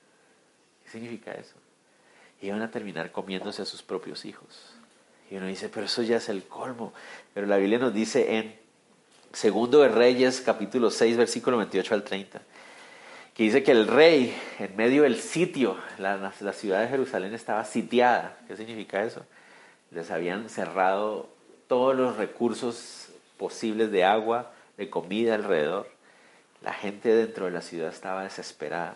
¿Qué significa eso? Iban a terminar comiéndose a sus propios hijos. Y uno dice, pero eso ya es el colmo. Pero la Biblia nos dice en Segundo de Reyes, capítulo seis, versículo veintiocho al treinta, que dice que el rey, en medio del sitio, la, la ciudad de Jerusalén estaba sitiada. ¿Qué significa eso? Les habían cerrado todos los recursos posibles de agua, de comida alrededor. La gente dentro de la ciudad estaba desesperada.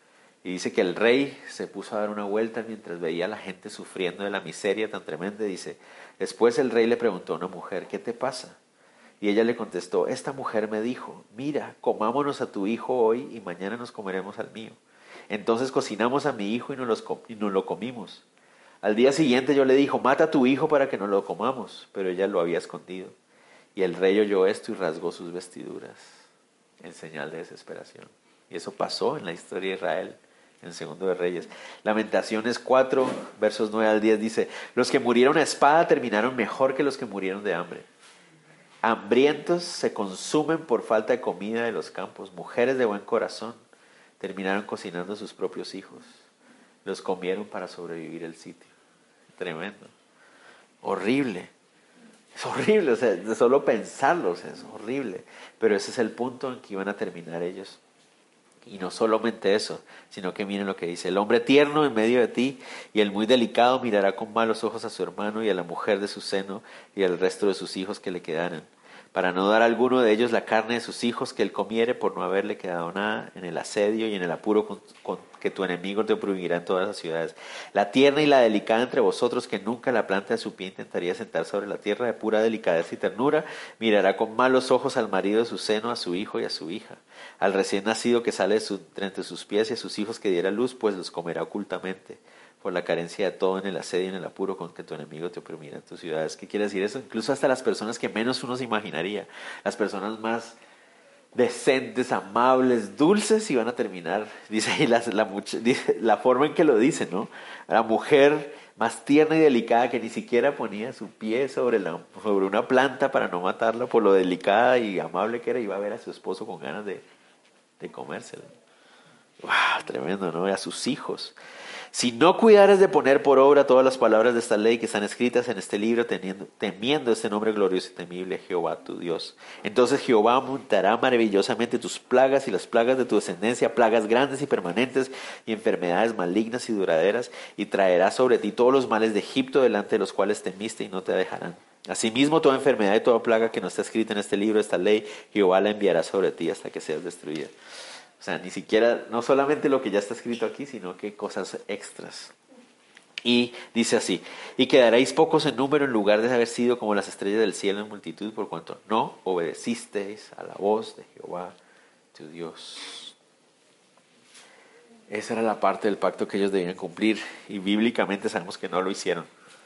Y dice que el rey se puso a dar una vuelta mientras veía a la gente sufriendo de la miseria tan tremenda. Dice, después el rey le preguntó a una mujer, ¿qué te pasa? Y ella le contestó, esta mujer me dijo, mira, comámonos a tu hijo hoy y mañana nos comeremos al mío. Entonces cocinamos a mi hijo y nos, los com- y nos lo comimos. Al día siguiente yo le dijo, mata a tu hijo para que no lo comamos, pero ella lo había escondido. Y el rey oyó esto y rasgó sus vestiduras, en señal de desesperación. Y eso pasó en la historia de Israel, en Segundo de Reyes. Lamentaciones cuatro, versos nueve al diez dice, los que murieron a espada terminaron mejor que los que murieron de hambre. Hambrientos se consumen por falta de comida de los campos. Mujeres de buen corazón terminaron cocinando a sus propios hijos. Los comieron para sobrevivir el sitio. Tremendo. Horrible. Es horrible, o sea, de solo pensarlo, o sea, es horrible. Pero ese es el punto en que iban a terminar ellos. Y no solamente eso, sino que miren lo que dice. El hombre tierno en medio de ti y el muy delicado mirará con malos ojos a su hermano y a la mujer de su seno y al resto de sus hijos que le quedaran, para no dar a alguno de ellos la carne de sus hijos que él comiere por no haberle quedado nada en el asedio y en el apuro con, con que tu enemigo te oprimirá en todas las ciudades. La tierna y la delicada entre vosotros, que nunca la planta de su pie intentaría sentar sobre la tierra, de pura delicadeza y ternura, mirará con malos ojos al marido de su seno, a su hijo y a su hija, al recién nacido que sale de, su, de entre sus pies y a sus hijos que diera luz, pues los comerá ocultamente, por la carencia de todo en el asedio y en el apuro con que tu enemigo te oprimirá en tus ciudades. ¿Qué quiere decir eso? Incluso hasta las personas que menos uno se imaginaría, las personas más decentes, amables, dulces, iban a terminar, dice ahí la, la, dice, la forma en que lo dice, ¿no? La mujer más tierna y delicada que ni siquiera ponía su pie sobre, la, sobre una planta para no matarla por lo delicada y amable que era, iba a ver a su esposo con ganas de, de comérsela. ¡Wow! Tremendo, ¿no? Y a sus hijos. Si no cuidares de poner por obra todas las palabras de esta ley que están escritas en este libro, teniendo, temiendo este nombre glorioso y temible, Jehová tu Dios, entonces Jehová aumentará maravillosamente tus plagas y las plagas de tu descendencia, plagas grandes y permanentes y enfermedades malignas y duraderas, y traerá sobre ti todos los males de Egipto, delante de los cuales temiste, y no te dejarán. Asimismo, toda enfermedad y toda plaga que no está escrita en este libro, esta ley, Jehová la enviará sobre ti hasta que seas destruida. O sea, ni siquiera, no solamente lo que ya está escrito aquí, sino que cosas extras. Y dice así, y quedaréis pocos en número en lugar de haber sido como las estrellas del cielo en multitud, por cuanto no obedecisteis a la voz de Jehová tu Dios. Esa era la parte del pacto que ellos debían cumplir y bíblicamente sabemos que no lo hicieron.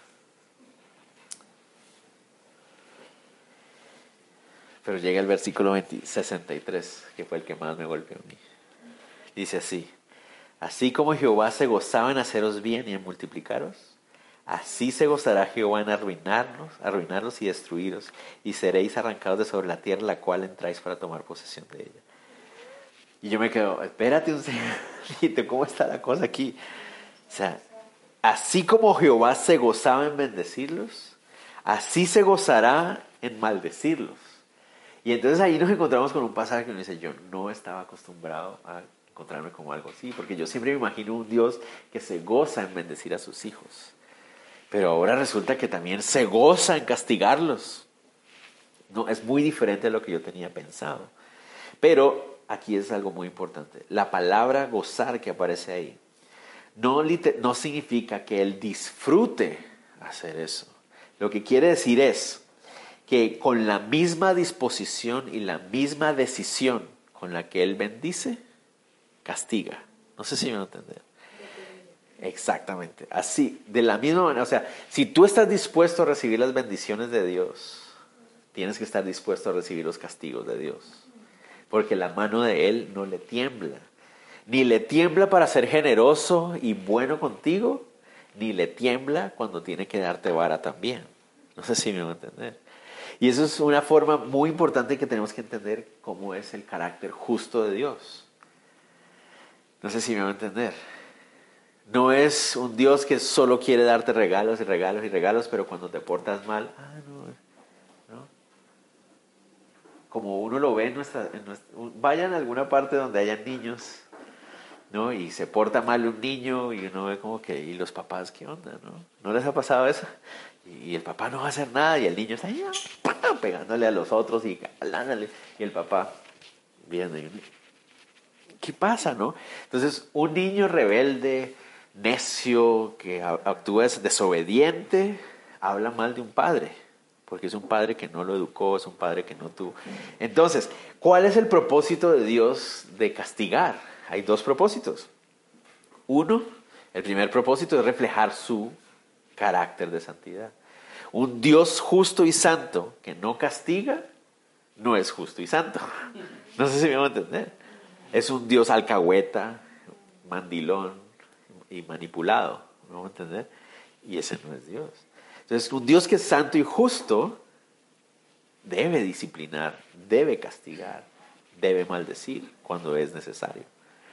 Pero llega el versículo veinte, sesenta y tres, que fue el que más me golpeó a mí. Dice así: así como Jehová se gozaba en haceros bien y en multiplicaros, así se gozará Jehová en arruinarnos, arruinarlos y destruiros, y seréis arrancados de sobre la tierra la cual entráis para tomar posesión de ella. Y yo me quedo, espérate un segundito, ¿cómo está la cosa aquí? O sea, así como Jehová se gozaba en bendecirlos, así se gozará en maldecirlos. Y entonces ahí nos encontramos con un pasaje que nos dice, yo no estaba acostumbrado a encontrarme con algo así, porque yo siempre me imagino un Dios que se goza en bendecir a sus hijos. Pero ahora resulta que también se goza en castigarlos. No, es muy diferente de lo que yo tenía pensado. Pero aquí es algo muy importante. La palabra gozar que aparece ahí no, no significa que él disfrute hacer eso. Lo que quiere decir es que con la misma disposición y la misma decisión con la que él bendice, castiga. No sé si me van a entender. Exactamente. Así, de la misma manera. O sea, si tú estás dispuesto a recibir las bendiciones de Dios, tienes que estar dispuesto a recibir los castigos de Dios. Porque la mano de Él no le tiembla. Ni le tiembla para ser generoso y bueno contigo, ni le tiembla cuando tiene que darte vara también. No sé si me van a entender. Y eso es una forma muy importante que tenemos que entender cómo es el carácter justo de Dios. No sé si me van a entender. No es un Dios que solo quiere darte regalos y regalos y regalos, pero cuando te portas mal, ah, no, no. Como uno lo ve en nuestra, en nuestra... Vayan a alguna parte donde hayan niños, ¿no? Y se porta mal un niño y uno ve como que, ¿y los papás qué onda, no? ¿No les ha pasado eso? Y el papá no va a hacer nada y el niño está ahí ¡pam! Pegándole a los otros y galándole. Y el papá viendo, ¿qué pasa, no? Entonces, un niño rebelde, necio, que actúa desobediente, habla mal de un padre, porque es un padre que no lo educó, es un padre que no tuvo. Entonces, ¿cuál es el propósito de Dios de castigar? Hay dos propósitos. Uno, el primer propósito es reflejar su carácter de santidad. Un Dios justo y santo que no castiga, no es justo y santo. No sé si me van a entender. Es un Dios alcahueta, mandilón y manipulado, ¿me van a entender? Y ese no es Dios. Entonces, un Dios que es santo y justo debe disciplinar, debe castigar, debe maldecir cuando es necesario.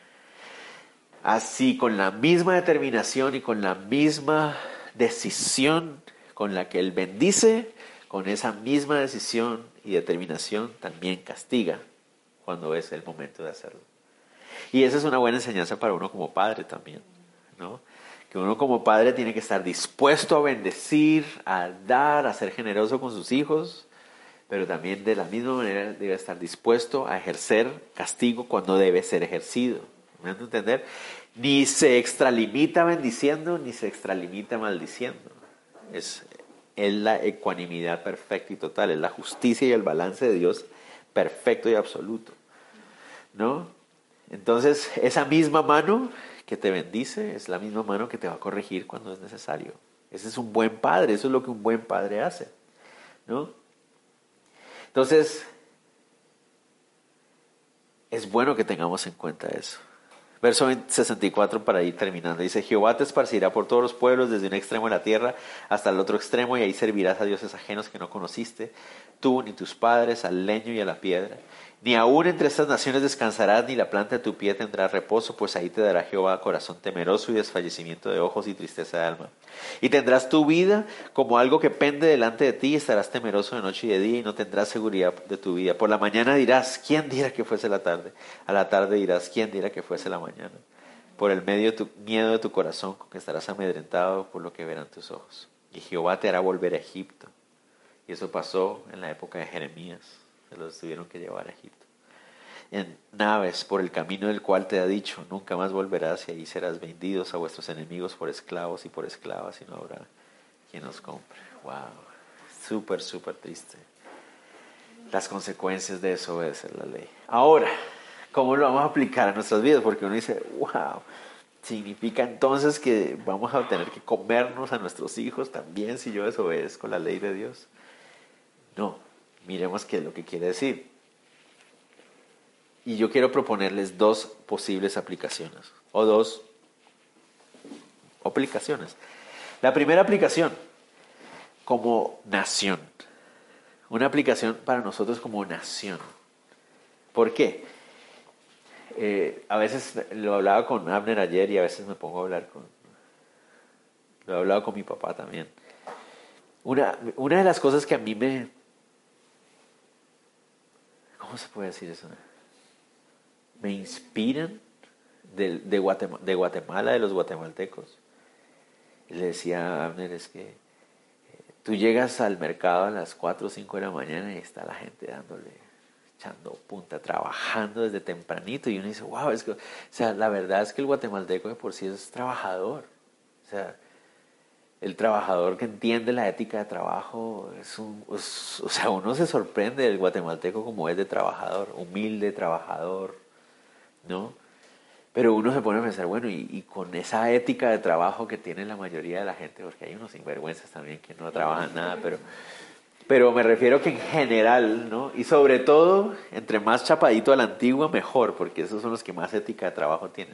Así, con la misma determinación y con la misma decisión con la que Él bendice, con esa misma decisión y determinación también castiga cuando es el momento de hacerlo. Y esa es una buena enseñanza para uno como padre también, ¿no? Que uno como padre tiene que estar dispuesto a bendecir, a dar, a ser generoso con sus hijos, pero también de la misma manera debe estar dispuesto a ejercer castigo cuando debe ser ejercido. ¿Me van a entender? Ni se extralimita bendiciendo, ni se extralimita maldiciendo. Es, es la ecuanimidad perfecta y total, es la justicia y el balance de Dios perfecto y absoluto, ¿no? Entonces, esa misma mano que te bendice es la misma mano que te va a corregir cuando es necesario. Ese es un buen padre, eso es lo que un buen padre hace, ¿no? Entonces, es bueno que tengamos en cuenta eso. Verso sesenta y cuatro para ir terminando. Dice, Jehová te esparcirá por todos los pueblos, desde un extremo de la tierra hasta el otro extremo, y ahí servirás a dioses ajenos que no conociste, tú ni tus padres, al leño y a la piedra. Ni aún entre estas naciones descansarás, ni la planta de tu pie tendrá reposo, pues ahí te dará Jehová corazón temeroso y desfallecimiento de ojos y tristeza de alma. Y tendrás tu vida como algo que pende delante de ti, y estarás temeroso de noche y de día, y no tendrás seguridad de tu vida. Por la mañana dirás, ¿quién dirá que fuese la tarde? A la tarde dirás, ¿quién dirá que fuese la mañana? Por el medio de tu, miedo de tu corazón, con que estarás amedrentado por lo que verán tus ojos. Y Jehová te hará volver a Egipto. Y eso pasó en la época de Jeremías. Se los tuvieron que llevar a Egipto. En naves por el camino del cual te ha dicho, nunca más volverás, y ahí serás vendidos a vuestros enemigos por esclavos y por esclavas, y no habrá quien os compre. Wow, súper, súper triste. Las consecuencias de desobedecer la ley. Ahora, ¿Cómo lo vamos a aplicar a nuestras vidas? Porque uno dice, wow, significa entonces que vamos a tener que comernos a nuestros hijos también si yo desobedezco la ley de Dios. No, miremos qué es lo que quiere decir. Y yo quiero proponerles dos posibles aplicaciones, o dos aplicaciones. La primera aplicación, como nación. Una aplicación para nosotros como nación. ¿Por qué? Eh, a veces lo hablaba con Abner ayer y a veces me pongo a hablar con... Lo he hablado con mi papá también. Una, una de las cosas que a mí me... ¿Cómo se puede decir eso? Me inspiran de, de, Guatemala, de Guatemala, de los guatemaltecos. Le decía a Abner, es que eh, tú llegas al mercado a las cuatro o cinco de la mañana y está la gente dándole, echando punta, trabajando desde tempranito. Y uno dice, wow, es que, o sea, la verdad es que el guatemalteco de por sí es trabajador. O sea, el trabajador que entiende la ética de trabajo, es un, es, o sea, uno se sorprende del guatemalteco como es de trabajador, humilde, trabajador, ¿no? Pero uno se pone a pensar, bueno, y, y con esa ética de trabajo que tiene la mayoría de la gente, porque hay unos sinvergüenzas también que no trabajan nada, pero, pero me refiero que en general, ¿no? Y sobre todo, entre más chapadito a la antigua, mejor, porque esos son los que más ética de trabajo tienen.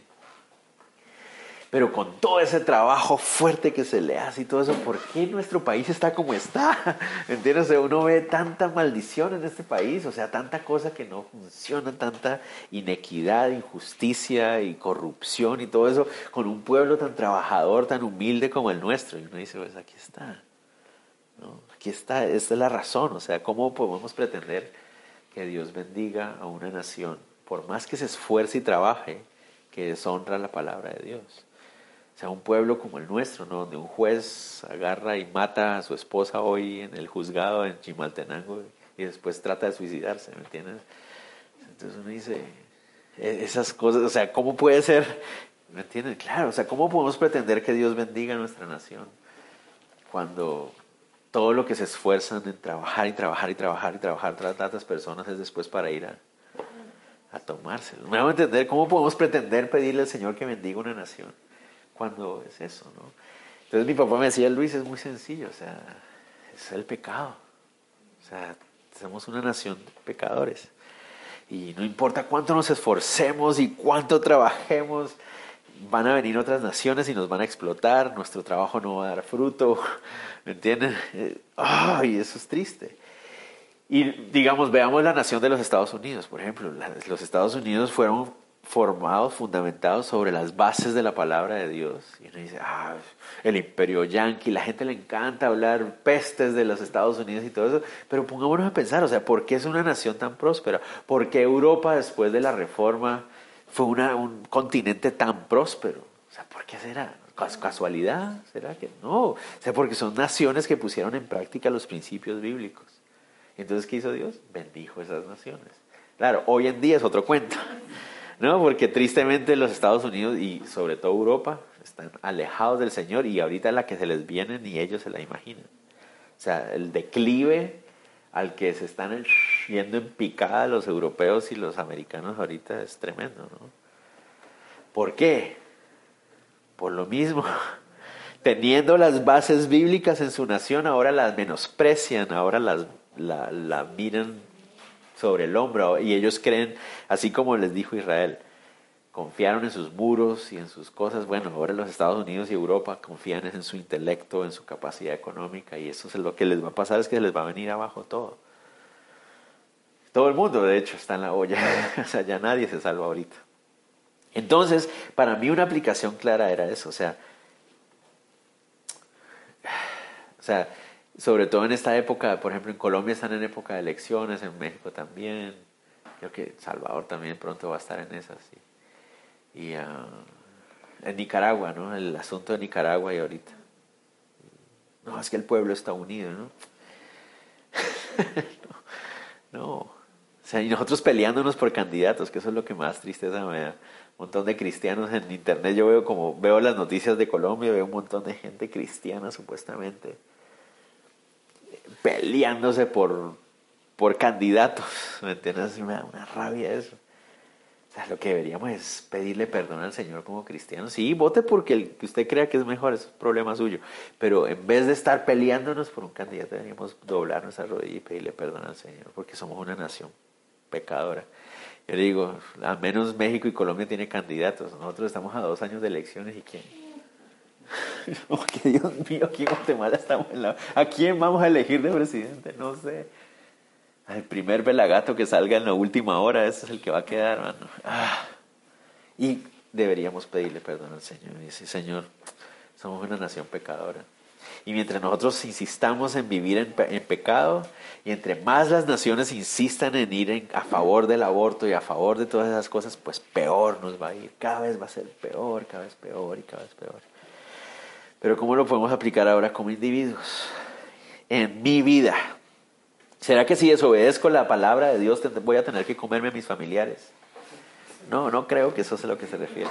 Pero con todo ese trabajo fuerte que se le hace y todo eso, ¿por qué nuestro país está como está? ¿Entiendes? O sea, uno ve tanta maldición en este país, o sea, tanta cosa que no funciona, tanta inequidad, injusticia y corrupción y todo eso, con un pueblo tan trabajador, tan humilde como el nuestro. Y uno dice, pues aquí está, ¿no? Aquí está, esta es la razón. O sea, ¿cómo podemos pretender que Dios bendiga a una nación, por más que se esfuerce y trabaje, que deshonra la palabra de Dios? O sea, un pueblo como el nuestro, ¿no? Donde un juez agarra y mata a su esposa hoy en el juzgado en Chimaltenango y después trata de suicidarse, ¿me entiendes? Entonces uno dice, esas cosas, o sea, ¿cómo puede ser? ¿Me entiendes? Claro, o sea, ¿cómo podemos pretender que Dios bendiga a nuestra nación cuando todo lo que se esfuerzan en trabajar y trabajar y trabajar y trabajar tras tantas personas es después para ir a, a tomárselo? ¿Me hago entender? ¿Cómo podemos pretender pedirle al Señor que bendiga una nación cuando es eso, no? Entonces mi papá me decía, Luis, es muy sencillo, o sea, es el pecado. O sea, somos una nación de pecadores. Y no importa cuánto nos esforcemos y cuánto trabajemos, van a venir otras naciones y nos van a explotar, nuestro trabajo no va a dar fruto, ¿me entienden? Ay, eso es triste. Y digamos, veamos la nación de los Estados Unidos, por ejemplo. Los Estados Unidos fueron formados, fundamentados sobre las bases de la palabra de Dios. Y uno dice, ah, el imperio yanqui, la gente le encanta hablar pestes de los Estados Unidos y todo eso, pero pongámonos a pensar, o sea, ¿por qué es una nación tan próspera? ¿Por qué Europa después de la Reforma fue una, un continente tan próspero? O sea, ¿por qué será? ¿Casualidad? ¿Será que no? O sea, porque son naciones que pusieron en práctica los principios bíblicos. Entonces, ¿qué hizo Dios? Bendijo esas naciones. Claro, hoy en día es otro cuento, ¿no? Porque tristemente los Estados Unidos y sobre todo Europa están alejados del Señor y ahorita la que se les viene ni ellos se la imaginan. O sea, el declive al que se están yendo en picada los europeos y los americanos ahorita es tremendo, ¿no? ¿Por qué? Por lo mismo. Teniendo las bases bíblicas en su nación, ahora las menosprecian, ahora las, la, la miran sobre el hombro y ellos creen, así como les dijo Israel, confiaron en sus muros y en sus cosas. Bueno, ahora los Estados Unidos y Europa confían en su intelecto, en su capacidad económica, y eso es lo que les va a pasar, es que les va a venir abajo todo. Todo el mundo, de hecho, está en la olla. O sea, ya nadie se salva ahorita. Entonces, para mí una aplicación clara era eso, o sea, o sea, sobre todo en esta época, por ejemplo, en Colombia están en época de elecciones, en México también, creo que Salvador también pronto va a estar en esas, sí. Y uh, en Nicaragua, ¿no? El asunto de Nicaragua y ahorita. No, es que el pueblo está unido, ¿no? no, no. O sea, y nosotros peleándonos por candidatos, que eso es lo que más tristeza me da. Un montón de cristianos en internet, yo veo como, veo las noticias de Colombia, veo un montón de gente cristiana supuestamente peleándose por, por candidatos, ¿me entiendes? Me da una rabia eso. sea, lo que deberíamos es pedirle perdón al Señor como cristianos. Sí, vote porque el que usted crea que es mejor, es problema suyo. Pero en vez de estar peleándonos por un candidato, deberíamos doblar nuestra rodilla y pedirle perdón al Señor, porque somos una nación pecadora. Yo digo, al menos México y Colombia tienen candidatos. Nosotros estamos a dos años de elecciones y ¿quién? Oh, que Dios mío, aquí en Guatemala estamos en la... ¿A quién vamos a elegir de presidente? No sé. El primer pelagato que salga en la última hora, ese es el que va a quedar, hermano. Ah. Y deberíamos pedirle perdón al Señor. Y decir, Señor, somos una nación pecadora. Y mientras nosotros insistamos en vivir en, pe en pecado, y entre más las naciones insistan en ir en, a favor del aborto y a favor de todas esas cosas, pues peor nos va a ir. Cada vez va a ser peor, cada vez peor y cada vez peor. Pero ¿cómo lo podemos aplicar ahora como individuos? En mi vida. ¿Será que si desobedezco la palabra de Dios voy a tener que comerme a mis familiares? No, no creo que eso sea lo que se refiere.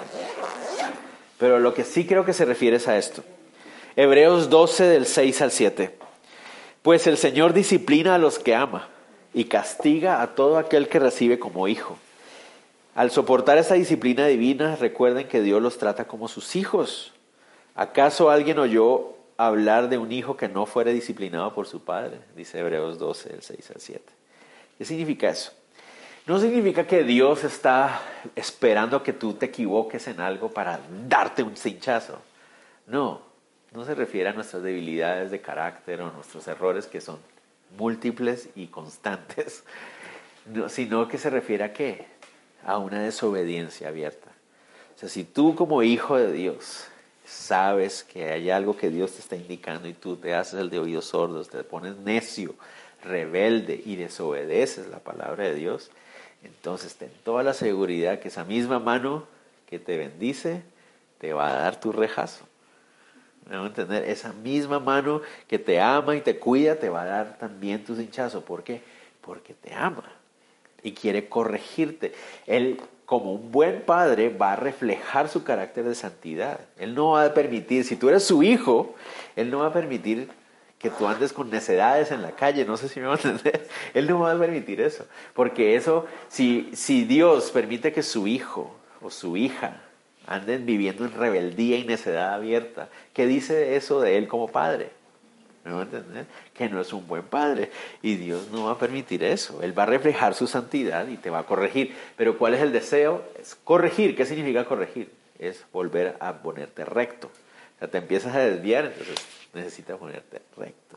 Pero lo que sí creo que se refiere es a esto. Hebreos doce del seis al siete. Pues el Señor disciplina a los que ama y castiga a todo aquel que recibe como hijo. Al soportar esa disciplina divina, recuerden que Dios los trata como sus hijos. ¿Acaso alguien oyó hablar de un hijo que no fuera disciplinado por su padre? Dice Hebreos doce, del seis al siete. ¿Qué significa eso? No significa que Dios está esperando que tú te equivoques en algo para darte un cinchazo. No, no se refiere a nuestras debilidades de carácter o nuestros errores que son múltiples y constantes, no, sino que se refiere a ¿qué? A una desobediencia abierta. O sea, si tú como hijo de Dios sabes que hay algo que Dios te está indicando y tú te haces el de oídos sordos, te pones necio, rebelde y desobedeces la palabra de Dios, entonces ten toda la seguridad que esa misma mano que te bendice te va a dar tu rejazo. ¿Me van a entender? Esa misma mano que te ama y te cuida te va a dar también tu hinchazo. ¿Por qué? Porque te ama y quiere corregirte. Él, como un buen padre, va a reflejar su carácter de santidad. Él no va a permitir, si tú eres su hijo, Él no va a permitir que tú andes con necedades en la calle. No sé si me van a entender. Él no va a permitir eso. Porque eso, si, si Dios permite que su hijo o su hija anden viviendo en rebeldía y necedad abierta, ¿qué dice eso de Él como padre? ¿Me van a entender? Que no es un buen padre. Y Dios no va a permitir eso. Él va a reflejar su santidad y te va a corregir. Pero ¿cuál es el deseo? Es corregir. ¿Qué significa corregir? Es volver a ponerte recto. O sea, te empiezas a desviar, entonces necesitas ponerte recto.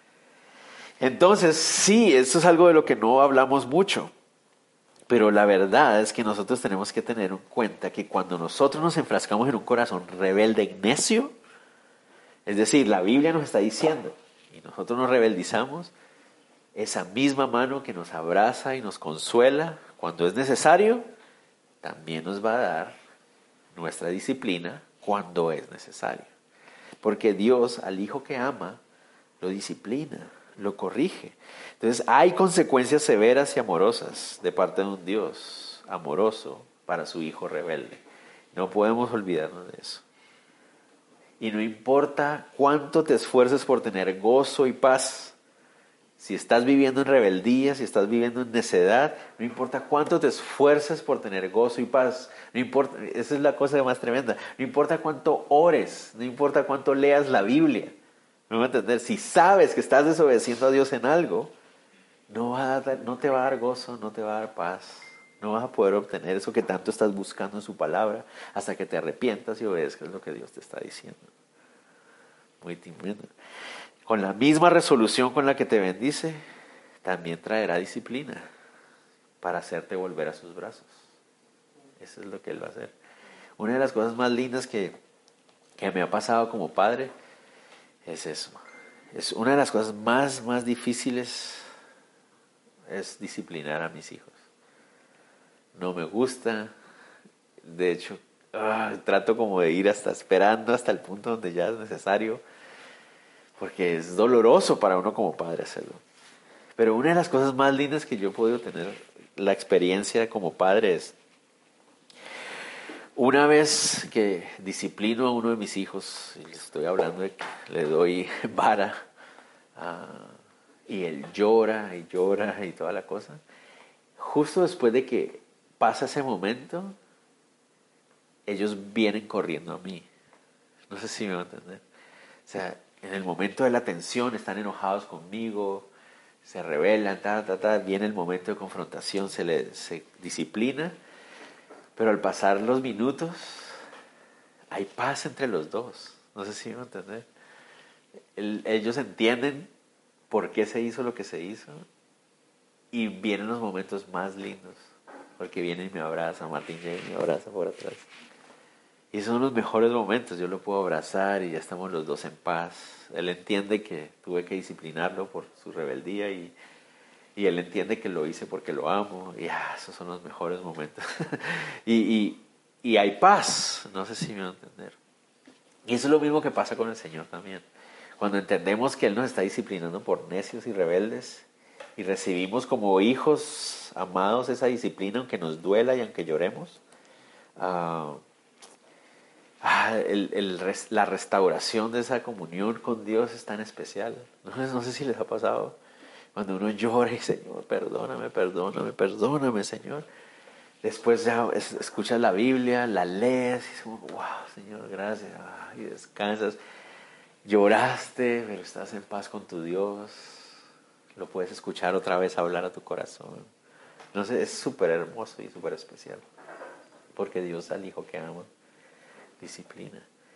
Entonces, sí, eso es algo de lo que no hablamos mucho. Pero la verdad es que nosotros tenemos que tener en cuenta que cuando nosotros nos enfrascamos en un corazón rebelde y necio, es decir, la Biblia nos está diciendo, y nosotros nos rebeldizamos, esa misma mano que nos abraza y nos consuela cuando es necesario, también nos va a dar nuestra disciplina cuando es necesario. Porque Dios al hijo que ama, lo disciplina, lo corrige. Entonces hay consecuencias severas y amorosas de parte de un Dios amoroso para su hijo rebelde. No podemos olvidarnos de eso. Y no importa cuánto te esfuerces por tener gozo y paz, si estás viviendo en rebeldía, si estás viviendo en necedad, no importa cuánto te esfuerces por tener gozo y paz, no importa, esa es la cosa más tremenda, no importa cuánto ores, no importa cuánto leas la Biblia, ¿me van a entender? Si sabes que estás desobedeciendo a Dios en algo, no, va a dar, no te va a dar gozo, no te va a dar paz, no vas a poder obtener eso que tanto estás buscando en su palabra hasta que te arrepientas y obedezcas lo que Dios te está diciendo. Muy tremendo. Con la misma resolución con la que te bendice, también traerá disciplina para hacerte volver a sus brazos. Eso es lo que Él va a hacer. Una de las cosas más lindas que, que me ha pasado como padre es eso. Es una de las cosas más, más difíciles es disciplinar a mis hijos. No me gusta. De hecho, ah, trato como de ir hasta esperando hasta el punto donde ya es necesario. Porque es doloroso para uno como padre hacerlo. Pero una de las cosas más lindas que yo he podido tener la experiencia como padre es una vez que disciplino a uno de mis hijos, y les estoy hablando de que le doy vara, uh, y él llora y llora y toda la cosa, justo después de que pasa ese momento, ellos vienen corriendo a mí. No sé si me van a entender. O sea, en el momento de la tensión están enojados conmigo, se rebelan, ta, ta, ta, viene el momento de confrontación, se les se disciplina, pero al pasar los minutos hay paz entre los dos. No sé si me van a entender. El, ellos entienden por qué se hizo lo que se hizo y vienen los momentos más lindos, porque viene y me abraza, Martín llega y me abraza por atrás. Y esos son los mejores momentos, yo lo puedo abrazar y ya estamos los dos en paz. Él entiende que tuve que disciplinarlo por su rebeldía y, y él entiende que lo hice porque lo amo. Y ah, esos son los mejores momentos. y, y, y hay paz, no sé si me van a entender. Y eso es lo mismo que pasa con el Señor también. Cuando entendemos que Él nos está disciplinando por necios y rebeldes y recibimos como hijos amados esa disciplina, aunque nos duela y aunque lloremos, uh, Ah, el, el, la restauración de esa comunión con Dios es tan especial. No, no sé si les ha pasado. Cuando uno llora y Señor, perdóname, perdóname, perdóname, Señor. Después ya es, escuchas la Biblia, la lees y es como, wow, Señor, gracias. Ah, y descansas. Lloraste, pero estás en paz con tu Dios. Lo puedes escuchar otra vez hablar a tu corazón. No sé, es súper hermoso y súper especial. Porque Dios al Hijo que ama disciplina.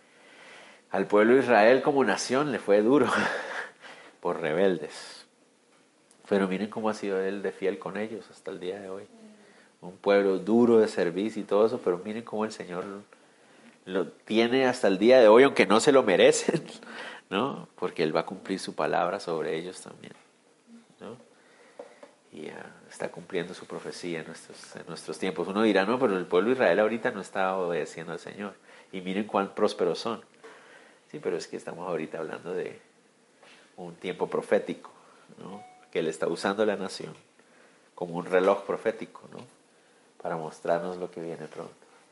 Al pueblo de Israel como nación le fue duro por rebeldes. Pero miren cómo ha sido Él de fiel con ellos hasta el día de hoy. Un pueblo duro de servicio y todo eso, pero miren cómo el Señor lo tiene hasta el día de hoy, aunque no se lo merecen, ¿no? Porque Él va a cumplir su palabra sobre ellos también, ¿no? Y uh, está cumpliendo su profecía en nuestros, en nuestros tiempos. Uno dirá, no, pero el pueblo de Israel ahorita no está obedeciendo al Señor. Y miren cuán prósperos son. Sí, pero es que estamos ahorita hablando de un tiempo profético, ¿no? Que Él está usando la nación como un reloj profético, ¿no? Para mostrarnos lo que viene pronto.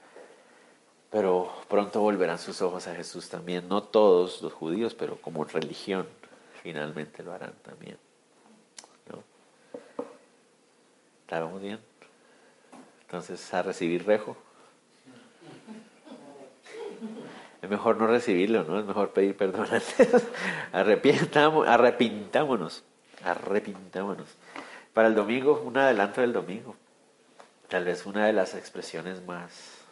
Pero pronto volverán sus ojos a Jesús también. No todos los judíos, pero como religión finalmente lo harán también, ¿no? ¿Estábamos bien? Entonces, a recibir rejo. Es mejor no recibirlo, ¿no? Es mejor pedir perdón antes. Arrepientamos, arrepintámonos. Arrepintámonos. Para el domingo, un adelanto del domingo. Tal vez una de las expresiones más,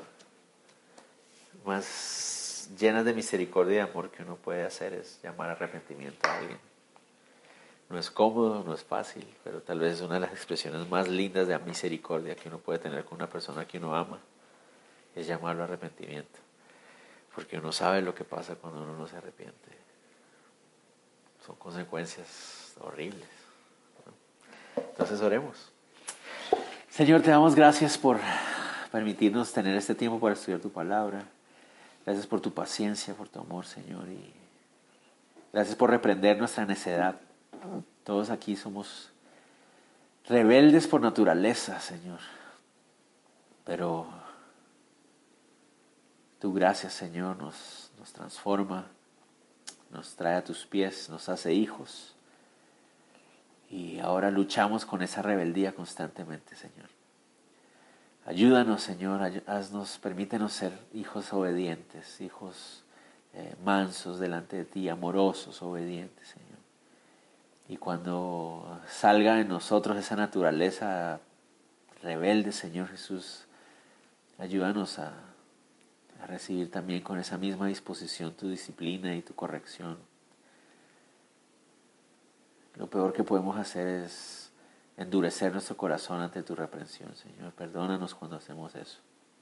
más llenas de misericordia y amor que uno puede hacer es llamar arrepentimiento a alguien. No es cómodo, no es fácil, pero tal vez es una de las expresiones más lindas de misericordia que uno puede tener con una persona que uno ama. Es llamarlo arrepentimiento. Porque uno sabe lo que pasa cuando uno no se arrepiente. Son consecuencias horribles, ¿no? Entonces oremos. Señor, te damos gracias por permitirnos tener este tiempo para estudiar tu palabra. Gracias por tu paciencia, por tu amor, Señor. Y gracias por reprender nuestra necedad. Todos aquí somos rebeldes por naturaleza, Señor. Pero tu gracia, Señor, nos, nos transforma, nos trae a tus pies, nos hace hijos. Y ahora luchamos con esa rebeldía constantemente, Señor. Ayúdanos, Señor, haznos, permítenos ser hijos obedientes, hijos eh, mansos delante de ti, amorosos, obedientes, Señor. Y cuando salga en nosotros esa naturaleza rebelde, Señor Jesús, ayúdanos a, a recibir también con esa misma disposición tu disciplina y tu corrección. Lo peor que podemos hacer es endurecer nuestro corazón ante tu reprensión, Señor. Perdónanos cuando hacemos eso.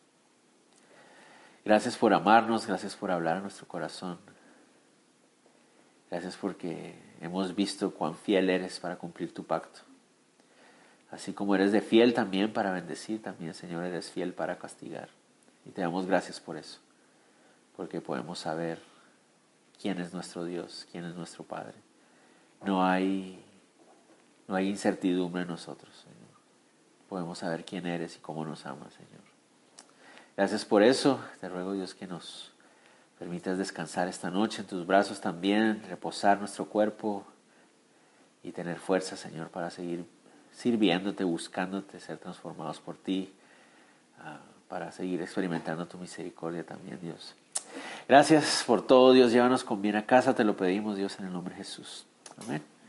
Gracias por amarnos, gracias por hablar a nuestro corazón. Gracias porque hemos visto cuán fiel eres para cumplir tu pacto. Así como eres de fiel también para bendecir, también, Señor, eres fiel para castigar. Y te damos gracias por eso, porque podemos saber quién es nuestro Dios, quién es nuestro Padre. No hay, no hay incertidumbre en nosotros, Señor. Podemos saber quién eres y cómo nos amas, Señor. Gracias por eso. Te ruego, Dios, que nos permitas descansar esta noche en tus brazos también, reposar nuestro cuerpo y tener fuerza, Señor, para seguir sirviéndote, buscándote, ser transformados por ti. uh, para seguir experimentando tu misericordia también, Dios. Gracias por todo, Dios. Llévanos con bien a casa, te lo pedimos, Dios, en el nombre de Jesús. Amén.